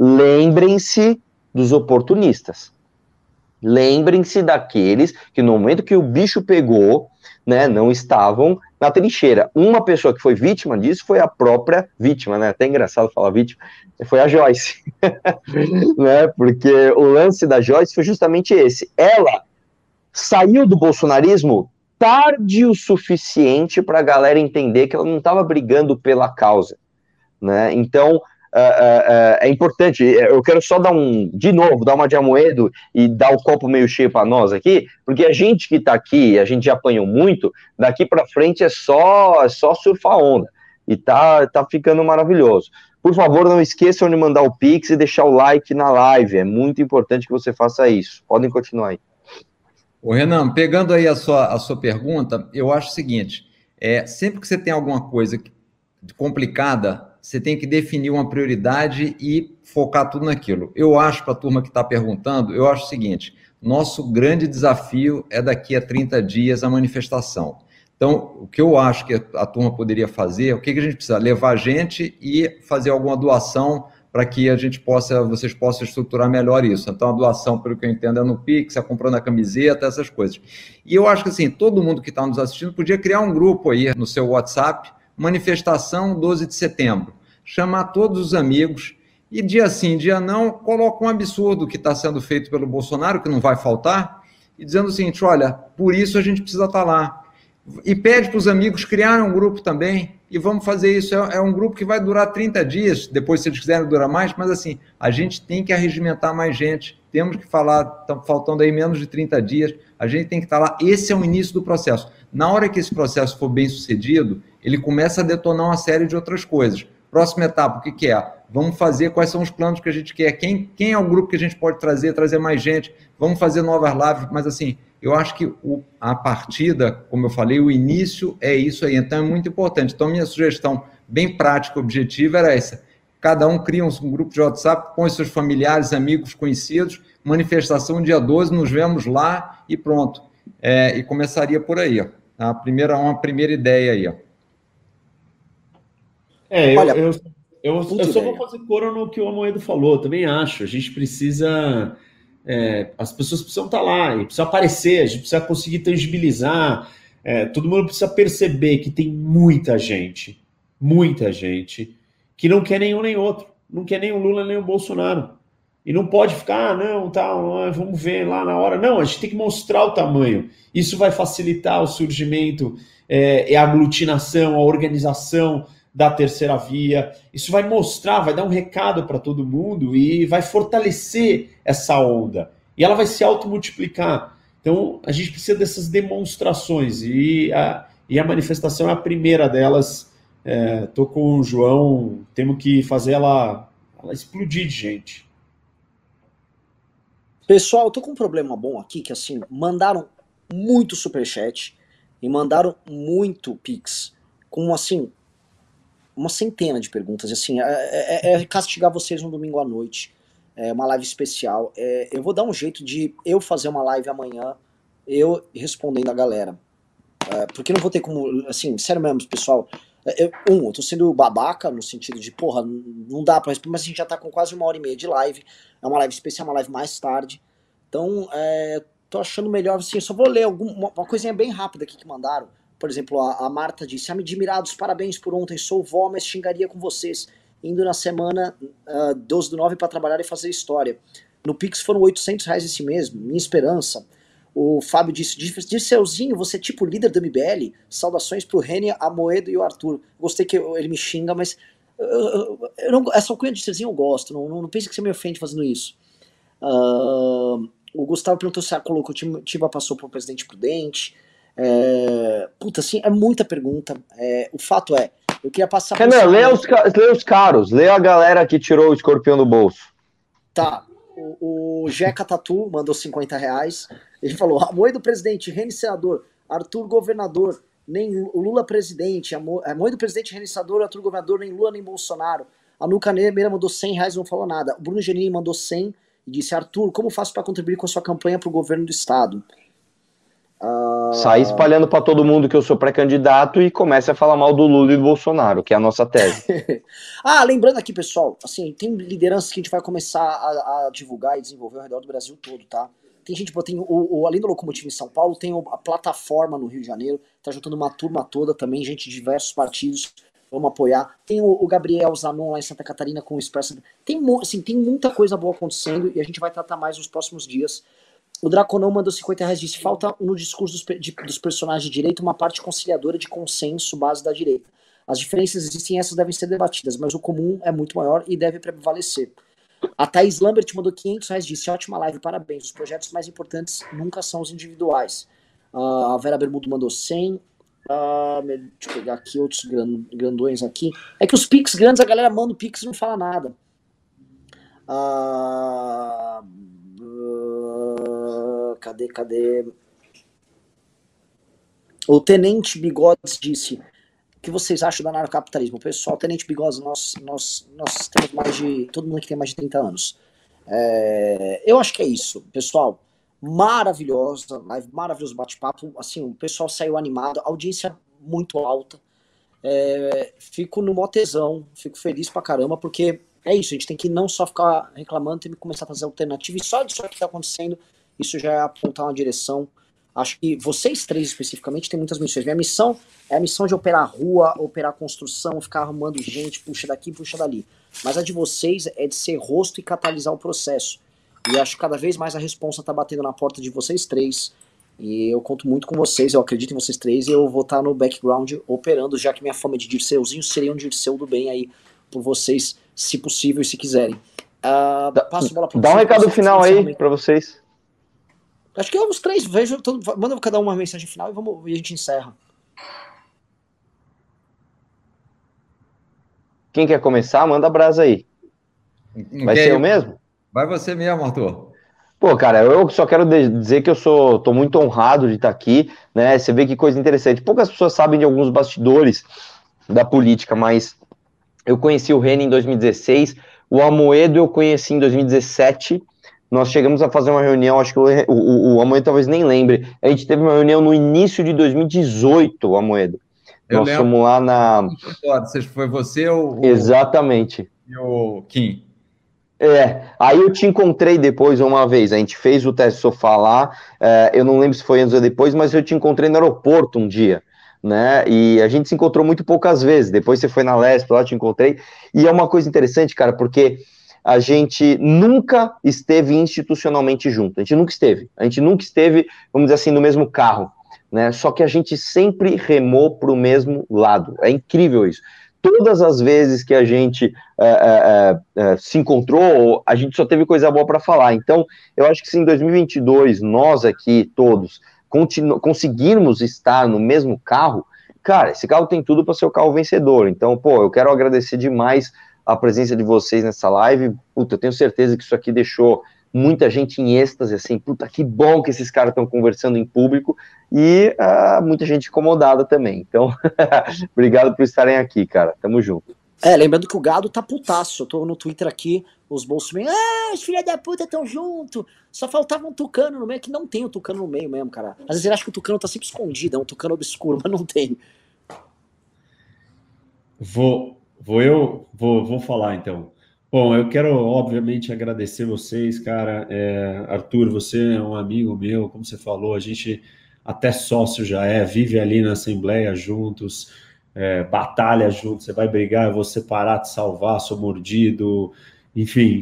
Lembrem-se dos oportunistas. Lembrem-se daqueles que no momento que o bicho pegou, né, não estavam na trincheira. Uma pessoa que foi vítima disso foi a própria vítima, né? Até engraçado falar vítima, foi a Joyce, né? Porque o lance da Joyce foi justamente esse. Ela saiu do bolsonarismo tarde o suficiente para a galera entender que ela não estava brigando pela causa, né? Então, Uh, uh, uh, é importante, eu quero só dar um, de novo, dar uma de Amoedo e dar o copo meio cheio para nós aqui, porque a gente que tá aqui, a gente já apanhou muito, daqui para frente é só, é só surfar onda, e tá, tá ficando maravilhoso. Por favor, não esqueçam de mandar o Pix e deixar o like na live, é muito importante que você faça isso. Podem continuar aí. Ô Renan, pegando aí a sua, a sua pergunta, eu acho o seguinte, é, sempre que você tem alguma coisa complicada, você tem que definir uma prioridade e focar tudo naquilo. Eu acho, para a turma que está perguntando, eu acho o seguinte, nosso grande desafio é daqui a trinta dias a manifestação. Então, o que eu acho que a turma poderia fazer, o que a gente precisa? Levar gente e fazer alguma doação para que a gente possa, vocês possam estruturar melhor isso. Então, a doação, pelo que eu entendo, é no Pix, é comprando a camiseta, essas coisas. E eu acho que, assim, todo mundo que está nos assistindo podia criar um grupo aí no seu WhatsApp, manifestação doze de setembro, chamar todos os amigos e dia sim, dia não, coloca um absurdo que está sendo feito pelo Bolsonaro, que não vai faltar, e dizendo o seguinte, olha, por isso a gente precisa estar lá. E pede para os amigos criarem um grupo também, e vamos fazer isso, é, é um grupo que vai durar trinta dias, depois se eles quiserem durar mais, mas assim, a gente tem que arregimentar mais gente, temos que falar, estão faltando aí menos de trinta dias, a gente tem que estar lá, esse é o início do processo. Na hora que esse processo for bem sucedido, ele começa a detonar uma série de outras coisas. Próxima etapa, o que, que é? Vamos fazer quais são os planos que a gente quer, quem, quem é o grupo que a gente pode trazer, trazer mais gente, vamos fazer novas lives, mas assim, eu acho que o, a partida, como eu falei, o início é isso aí, então é muito importante. Então, minha sugestão bem prática, objetiva, era essa. Cada um cria um, um grupo de WhatsApp, põe seus familiares, amigos, conhecidos, manifestação dia doze, nos vemos lá e pronto. É, e começaria por aí, ó. A primeira, uma primeira ideia aí, ó. É, eu, Olha, eu, eu, eu só vou fazer coro no que o Amoedo falou, também acho. A gente precisa é, as pessoas precisam estar lá, e precisa aparecer, a gente precisa conseguir tangibilizar, é, todo mundo precisa perceber que tem muita gente, muita gente, que não quer nenhum nem outro, não quer nem o Lula nem o Bolsonaro. E não pode ficar, ah, não, tá, vamos ver lá na hora. Não, a gente tem que mostrar o tamanho. Isso vai facilitar o surgimento, é, a aglutinação, a organização da terceira via. Isso vai mostrar, vai dar um recado para todo mundo e vai fortalecer essa onda. E ela vai se automultiplicar. Então, a gente precisa dessas demonstrações. E a, e a manifestação é a primeira delas. Estou é, com o João, temos que fazer ela, ela explodir de gente. Pessoal, eu tô com um problema bom aqui, que assim, mandaram muito superchat e mandaram muito pix, com assim, uma centena de perguntas, assim, é, é, é castigar vocês um domingo à noite, é uma live especial, é, eu vou dar um jeito de eu fazer uma live amanhã, eu respondendo a galera, é, porque não vou ter como, assim, sério mesmo, pessoal, eu, um, eu tô sendo babaca no sentido de, porra, não dá pra responder, mas a gente já tá com quase uma hora e meia de live, é uma live especial, uma live mais tarde, então, é, tô achando melhor, assim, eu só vou ler alguma, uma, uma coisinha bem rápida aqui que mandaram. Por exemplo, a, a Marta disse: admirados, parabéns por ontem, sou vó, mas xingaria com vocês, indo na semana uh, doze do nove para trabalhar e fazer história. No Pix foram oitocentos reais esse mês, minha esperança. O Fábio disse: Dirceuzinho, você é tipo líder do M B L? Saudações pro Rênia, a Moedo e o Arthur. Gostei que eu, ele me xinga, mas eu, eu, eu não, essa alcunha de Dirceuzinho eu gosto, não, não, não pense que você me ofende fazendo isso. Uh, o Gustavo perguntou se a coletiva passou para o presidente Prudente. É, puta, assim, é muita pergunta. É, o fato é, eu queria passar... Renan, lê os, lê os caros, lê a galera que tirou o escorpião do bolso. Tá, o, o Jeca Tatu mandou cinquenta reais. Ele falou: Amoedo presidente, Reni senador, Arthur governador, nem Lula presidente, Amoedo presidente, Reni senador, Arthur governador, nem Lula nem Bolsonaro. A Nuca Neira mandou cem reais e não falou nada. O Bruno Genini mandou cem e disse: Arthur, como faço para contribuir com a sua campanha para o governo do estado? Uh... Sair espalhando para todo mundo que eu sou pré-candidato e comece a falar mal do Lula e do Bolsonaro, que é a nossa tese. Ah, lembrando aqui, pessoal, assim, tem lideranças que a gente vai começar a, a divulgar e desenvolver ao redor do Brasil todo, tá? Tem gente, tem o, o, além do Locomotiva em São Paulo, tem a plataforma no Rio de Janeiro, tá juntando uma turma toda também, gente de diversos partidos, vamos apoiar. Tem o, o Gabriel Zanon lá em Santa Catarina com o Expresso. Tem, assim, tem muita coisa boa acontecendo e a gente vai tratar mais nos próximos dias. O Draconão mandou cinquenta reais e disse: falta no discurso dos, de, dos personagens de direita uma parte conciliadora de consenso base da direita. As diferenças existem e essas devem ser debatidas, mas o comum é muito maior e deve prevalecer. A Thaís Lambert mandou quinhentos reais e disse: ótima live, parabéns. Os projetos mais importantes nunca são os individuais. Uh, a Vera Bermudo mandou cem. Uh, deixa eu pegar aqui outros grandões aqui. É que os Pix grandes, a galera manda o Pix e não fala nada. Uh, uh, cadê, cadê? O Tenente Bigodes disse: o que vocês acham do anarcapitalismo? Pessoal, Tenente Bigodes, nós, nós, nós temos mais de... todo mundo que tem mais de trinta anos. É, eu acho que é isso, pessoal. Maravilhosa, live, maravilhoso bate-papo. Assim, o pessoal saiu animado, audiência muito alta. É, fico no mó tesão, fico feliz pra caramba, porque é isso, a gente tem que não só ficar reclamando, tem que começar a fazer alternativa. E só disso que tá acontecendo, isso já é apontar uma direção. Acho que vocês três especificamente têm muitas missões. Minha missão é a missão de operar rua, operar construção, ficar arrumando gente, puxa daqui, puxa dali. Mas a de vocês é de ser rosto e catalisar o processo. E acho que cada vez mais a responsa tá batendo na porta de vocês três. E eu conto muito com vocês, eu acredito em vocês três, e eu vou estar no background operando, já que minha fama é de Dirceuzinho, seria um Dirceu do bem aí por vocês, se possível e se quiserem. Uh, dá, passo a bola pra dá um recado final aí para vocês. Acho que é os três, vejo, todo, manda cada um uma mensagem final e, vamos, e a gente encerra. Quem quer começar, manda a brasa aí. Não Vai ser eu mesmo? Vai você mesmo, Arthur. Pô, cara, eu só quero dizer que eu sou, tô muito honrado de estar aqui, né? Você vê que coisa interessante. Poucas pessoas sabem de alguns bastidores da política, mas eu conheci o Reni em dois mil e dezesseis, o Amoedo eu conheci em dois mil e dezessete. Nós chegamos a fazer uma reunião, acho que o, o, o Amoedo talvez nem lembre. A gente teve uma reunião no início de dois mil e dezoito, o Amoedo. Eu Nós lembro. fomos lá na... Foi você ou... Exatamente. E o Kim. É, aí eu te encontrei depois uma vez, a gente fez o teste sofá lá, é, eu não lembro se foi antes ou depois, mas eu te encontrei no aeroporto um dia, né, e a gente se encontrou muito poucas vezes, depois você foi na Lesp, lá eu te encontrei, e é uma coisa interessante, cara, porque a gente nunca esteve institucionalmente junto, a gente nunca esteve, a gente nunca esteve, vamos dizer assim, no mesmo carro, né, só que a gente sempre remou para o mesmo lado, é incrível isso. Todas as vezes que a gente é, é, é, se encontrou, a gente só teve coisa boa para falar. Então, eu acho que se em dois mil e vinte e dois, nós aqui, todos, conseguirmos estar no mesmo carro, cara, esse carro tem tudo para ser o carro vencedor. Então, pô, eu quero agradecer demais a presença de vocês nessa live. Puta, eu tenho certeza que isso aqui deixou muita gente em êxtase, assim, puta, que bom que esses caras estão conversando em público, e uh, muita gente incomodada também. Então, obrigado por estarem aqui, cara. Tamo junto. É, lembrando que o gado tá putaço. Eu tô no Twitter aqui, os bolsominions, ah, os filha da puta tão junto. Só faltava um tucano no meio, que não tem o tucano no meio mesmo, cara. Às vezes ele acha que o tucano tá sempre escondido, é um tucano obscuro, mas não tem. Vou, vou eu, vou, vou falar então. Bom, eu quero, obviamente, agradecer vocês, cara. É, Arthur, você é um amigo meu, como você falou, a gente até sócio já é, vive ali na Assembleia juntos, é, batalha juntos, você vai brigar, eu vou separar, te salvar, sou mordido, enfim.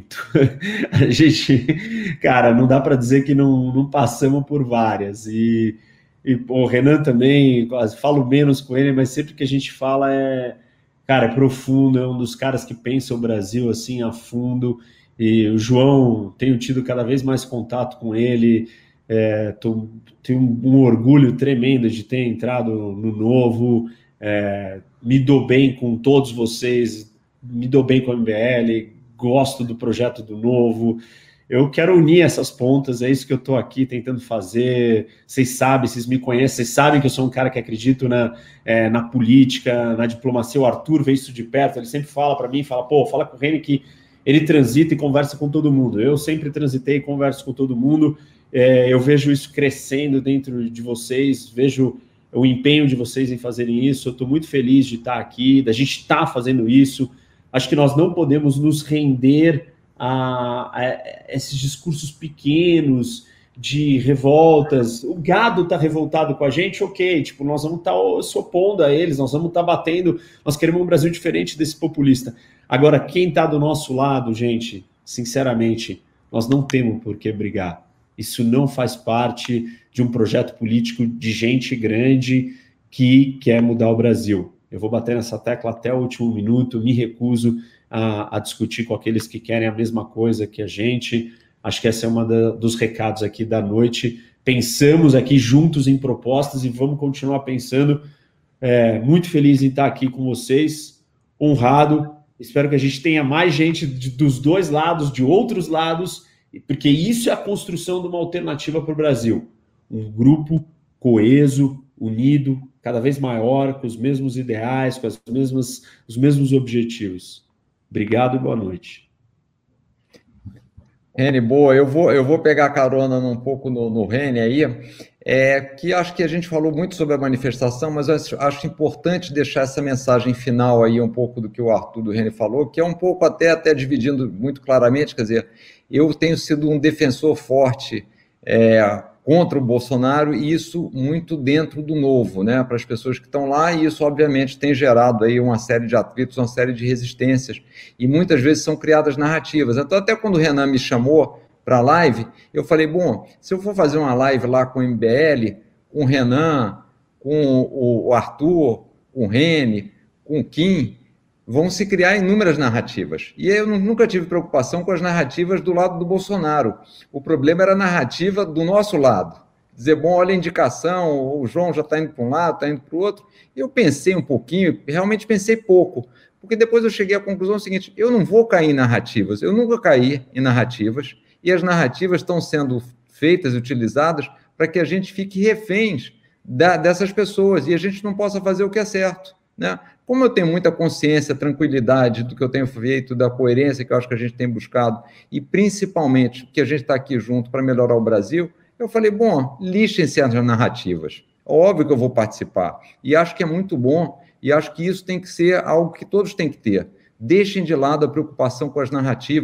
A gente, cara, não dá para dizer que não, não passamos por várias. E, e o Renan também, falo menos com ele, mas sempre que a gente fala é... Cara, é profundo, é um dos caras que pensa o Brasil assim a fundo, e o João, tenho tido cada vez mais contato com ele, é, tô, tenho um, um orgulho tremendo de ter entrado no Novo, é, me dou bem com todos vocês, me dou bem com a M B L, gosto do projeto do Novo. Eu quero unir essas pontas, é isso que eu estou aqui tentando fazer. Vocês sabem, vocês me conhecem, vocês sabem que eu sou um cara que acredito na, é, na política, na diplomacia. O Arthur vê isso de perto, ele sempre fala para mim, fala, pô, fala com o Reni que ele transita e conversa com todo mundo. Eu sempre transitei e converso com todo mundo. É, eu vejo isso crescendo dentro de vocês, vejo o empenho de vocês em fazerem isso. Eu estou muito feliz de estar aqui, da gente estar fazendo isso. Acho que nós não podemos nos render A, a esses discursos pequenos de revoltas. O gado está revoltado com a gente, ok, tipo, nós vamos estar tá se opondo a eles, nós vamos estar tá batendo, nós queremos um Brasil diferente desse populista. Agora, quem está do nosso lado, gente, sinceramente, nós não temos por que brigar. Isso não faz parte de um projeto político de gente grande que quer mudar o Brasil. Eu vou bater nessa tecla até o último minuto, me recuso A, a discutir com aqueles que querem a mesma coisa que a gente. Acho que esse é um dos recados aqui da noite. Pensamos aqui juntos em propostas e vamos continuar pensando. É, muito feliz em estar aqui com vocês, honrado. Espero que a gente tenha mais gente de, dos dois lados, de outros lados, porque isso é a construção de uma alternativa para o Brasil. Um grupo coeso, unido, cada vez maior, com os mesmos ideais, com as mesmas, os mesmos objetivos. Obrigado e boa noite. Reni, boa, eu vou, eu vou pegar carona um pouco no, no Reni aí, é, que acho que a gente falou muito sobre a manifestação, mas eu acho, acho importante deixar essa mensagem final aí, um pouco do que o Arthur do Reni falou, que é um pouco até, até dividindo muito claramente, quer dizer, eu tenho sido um defensor forte é, contra o Bolsonaro, e isso muito dentro do Novo, né, para as pessoas que estão lá, e isso obviamente tem gerado aí uma série de atritos, uma série de resistências, e muitas vezes são criadas narrativas. Então, até quando o Renan me chamou para a live, eu falei, bom, se eu for fazer uma live lá com o M B L, com o Renan, com o Arthur, com o Reni, com o Kim, vão se criar inúmeras narrativas. E eu nunca tive preocupação com as narrativas do lado do Bolsonaro. O problema era a narrativa do nosso lado. Dizer, bom, olha a indicação, o João já está indo para um lado, está indo para o outro. E eu pensei um pouquinho, realmente pensei pouco, porque depois eu cheguei à conclusão seguinte, eu não vou cair em narrativas, eu nunca caí em narrativas, e as narrativas estão sendo feitas e utilizadas para que a gente fique reféns da, dessas pessoas, e a gente não possa fazer o que é certo, né? Como eu tenho muita consciência, tranquilidade do que eu tenho feito, da coerência que eu acho que a gente tem buscado, e principalmente que a gente está aqui junto para melhorar o Brasil, eu falei, bom, lixem-se as narrativas. Óbvio que eu vou participar. E acho que é muito bom, e acho que isso tem que ser algo que todos têm que ter. Deixem de lado a preocupação com as narrativas,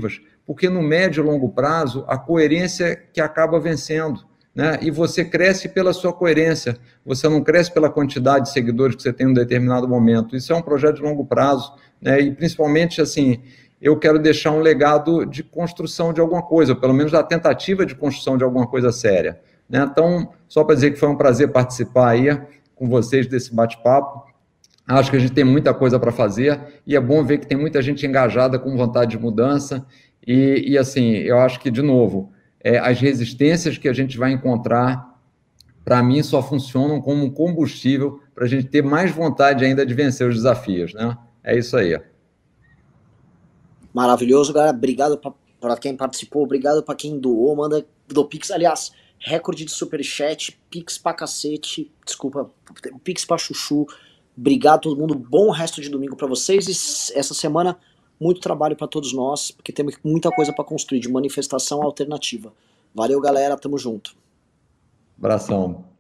porque no médio e longo prazo, a coerência é que acaba vencendo, né? E você cresce pela sua coerência, você não cresce pela quantidade de seguidores que você tem em um determinado momento. Isso é um projeto de longo prazo, né? E principalmente, assim, eu quero deixar um legado de construção de alguma coisa, ou pelo menos da tentativa de construção de alguma coisa séria, né? Então, só para dizer que foi um prazer participar aí com vocês desse bate-papo. Acho que a gente tem muita coisa para fazer e é bom ver que tem muita gente engajada com vontade de mudança e, e assim, eu acho que, de novo, é, as resistências que a gente vai encontrar, para mim, só funcionam como um combustível para a gente ter mais vontade ainda de vencer os desafios, né? É isso aí. Maravilhoso, galera. Obrigado para quem participou, obrigado para quem doou, manda do Pix, aliás, recorde de superchat, Pix pra cacete, desculpa, Pix pra chuchu. Obrigado a todo mundo, bom resto de domingo para vocês e essa semana muito trabalho para todos nós, porque temos muita coisa para construir de manifestação alternativa. Valeu, galera, tamo junto. Abração.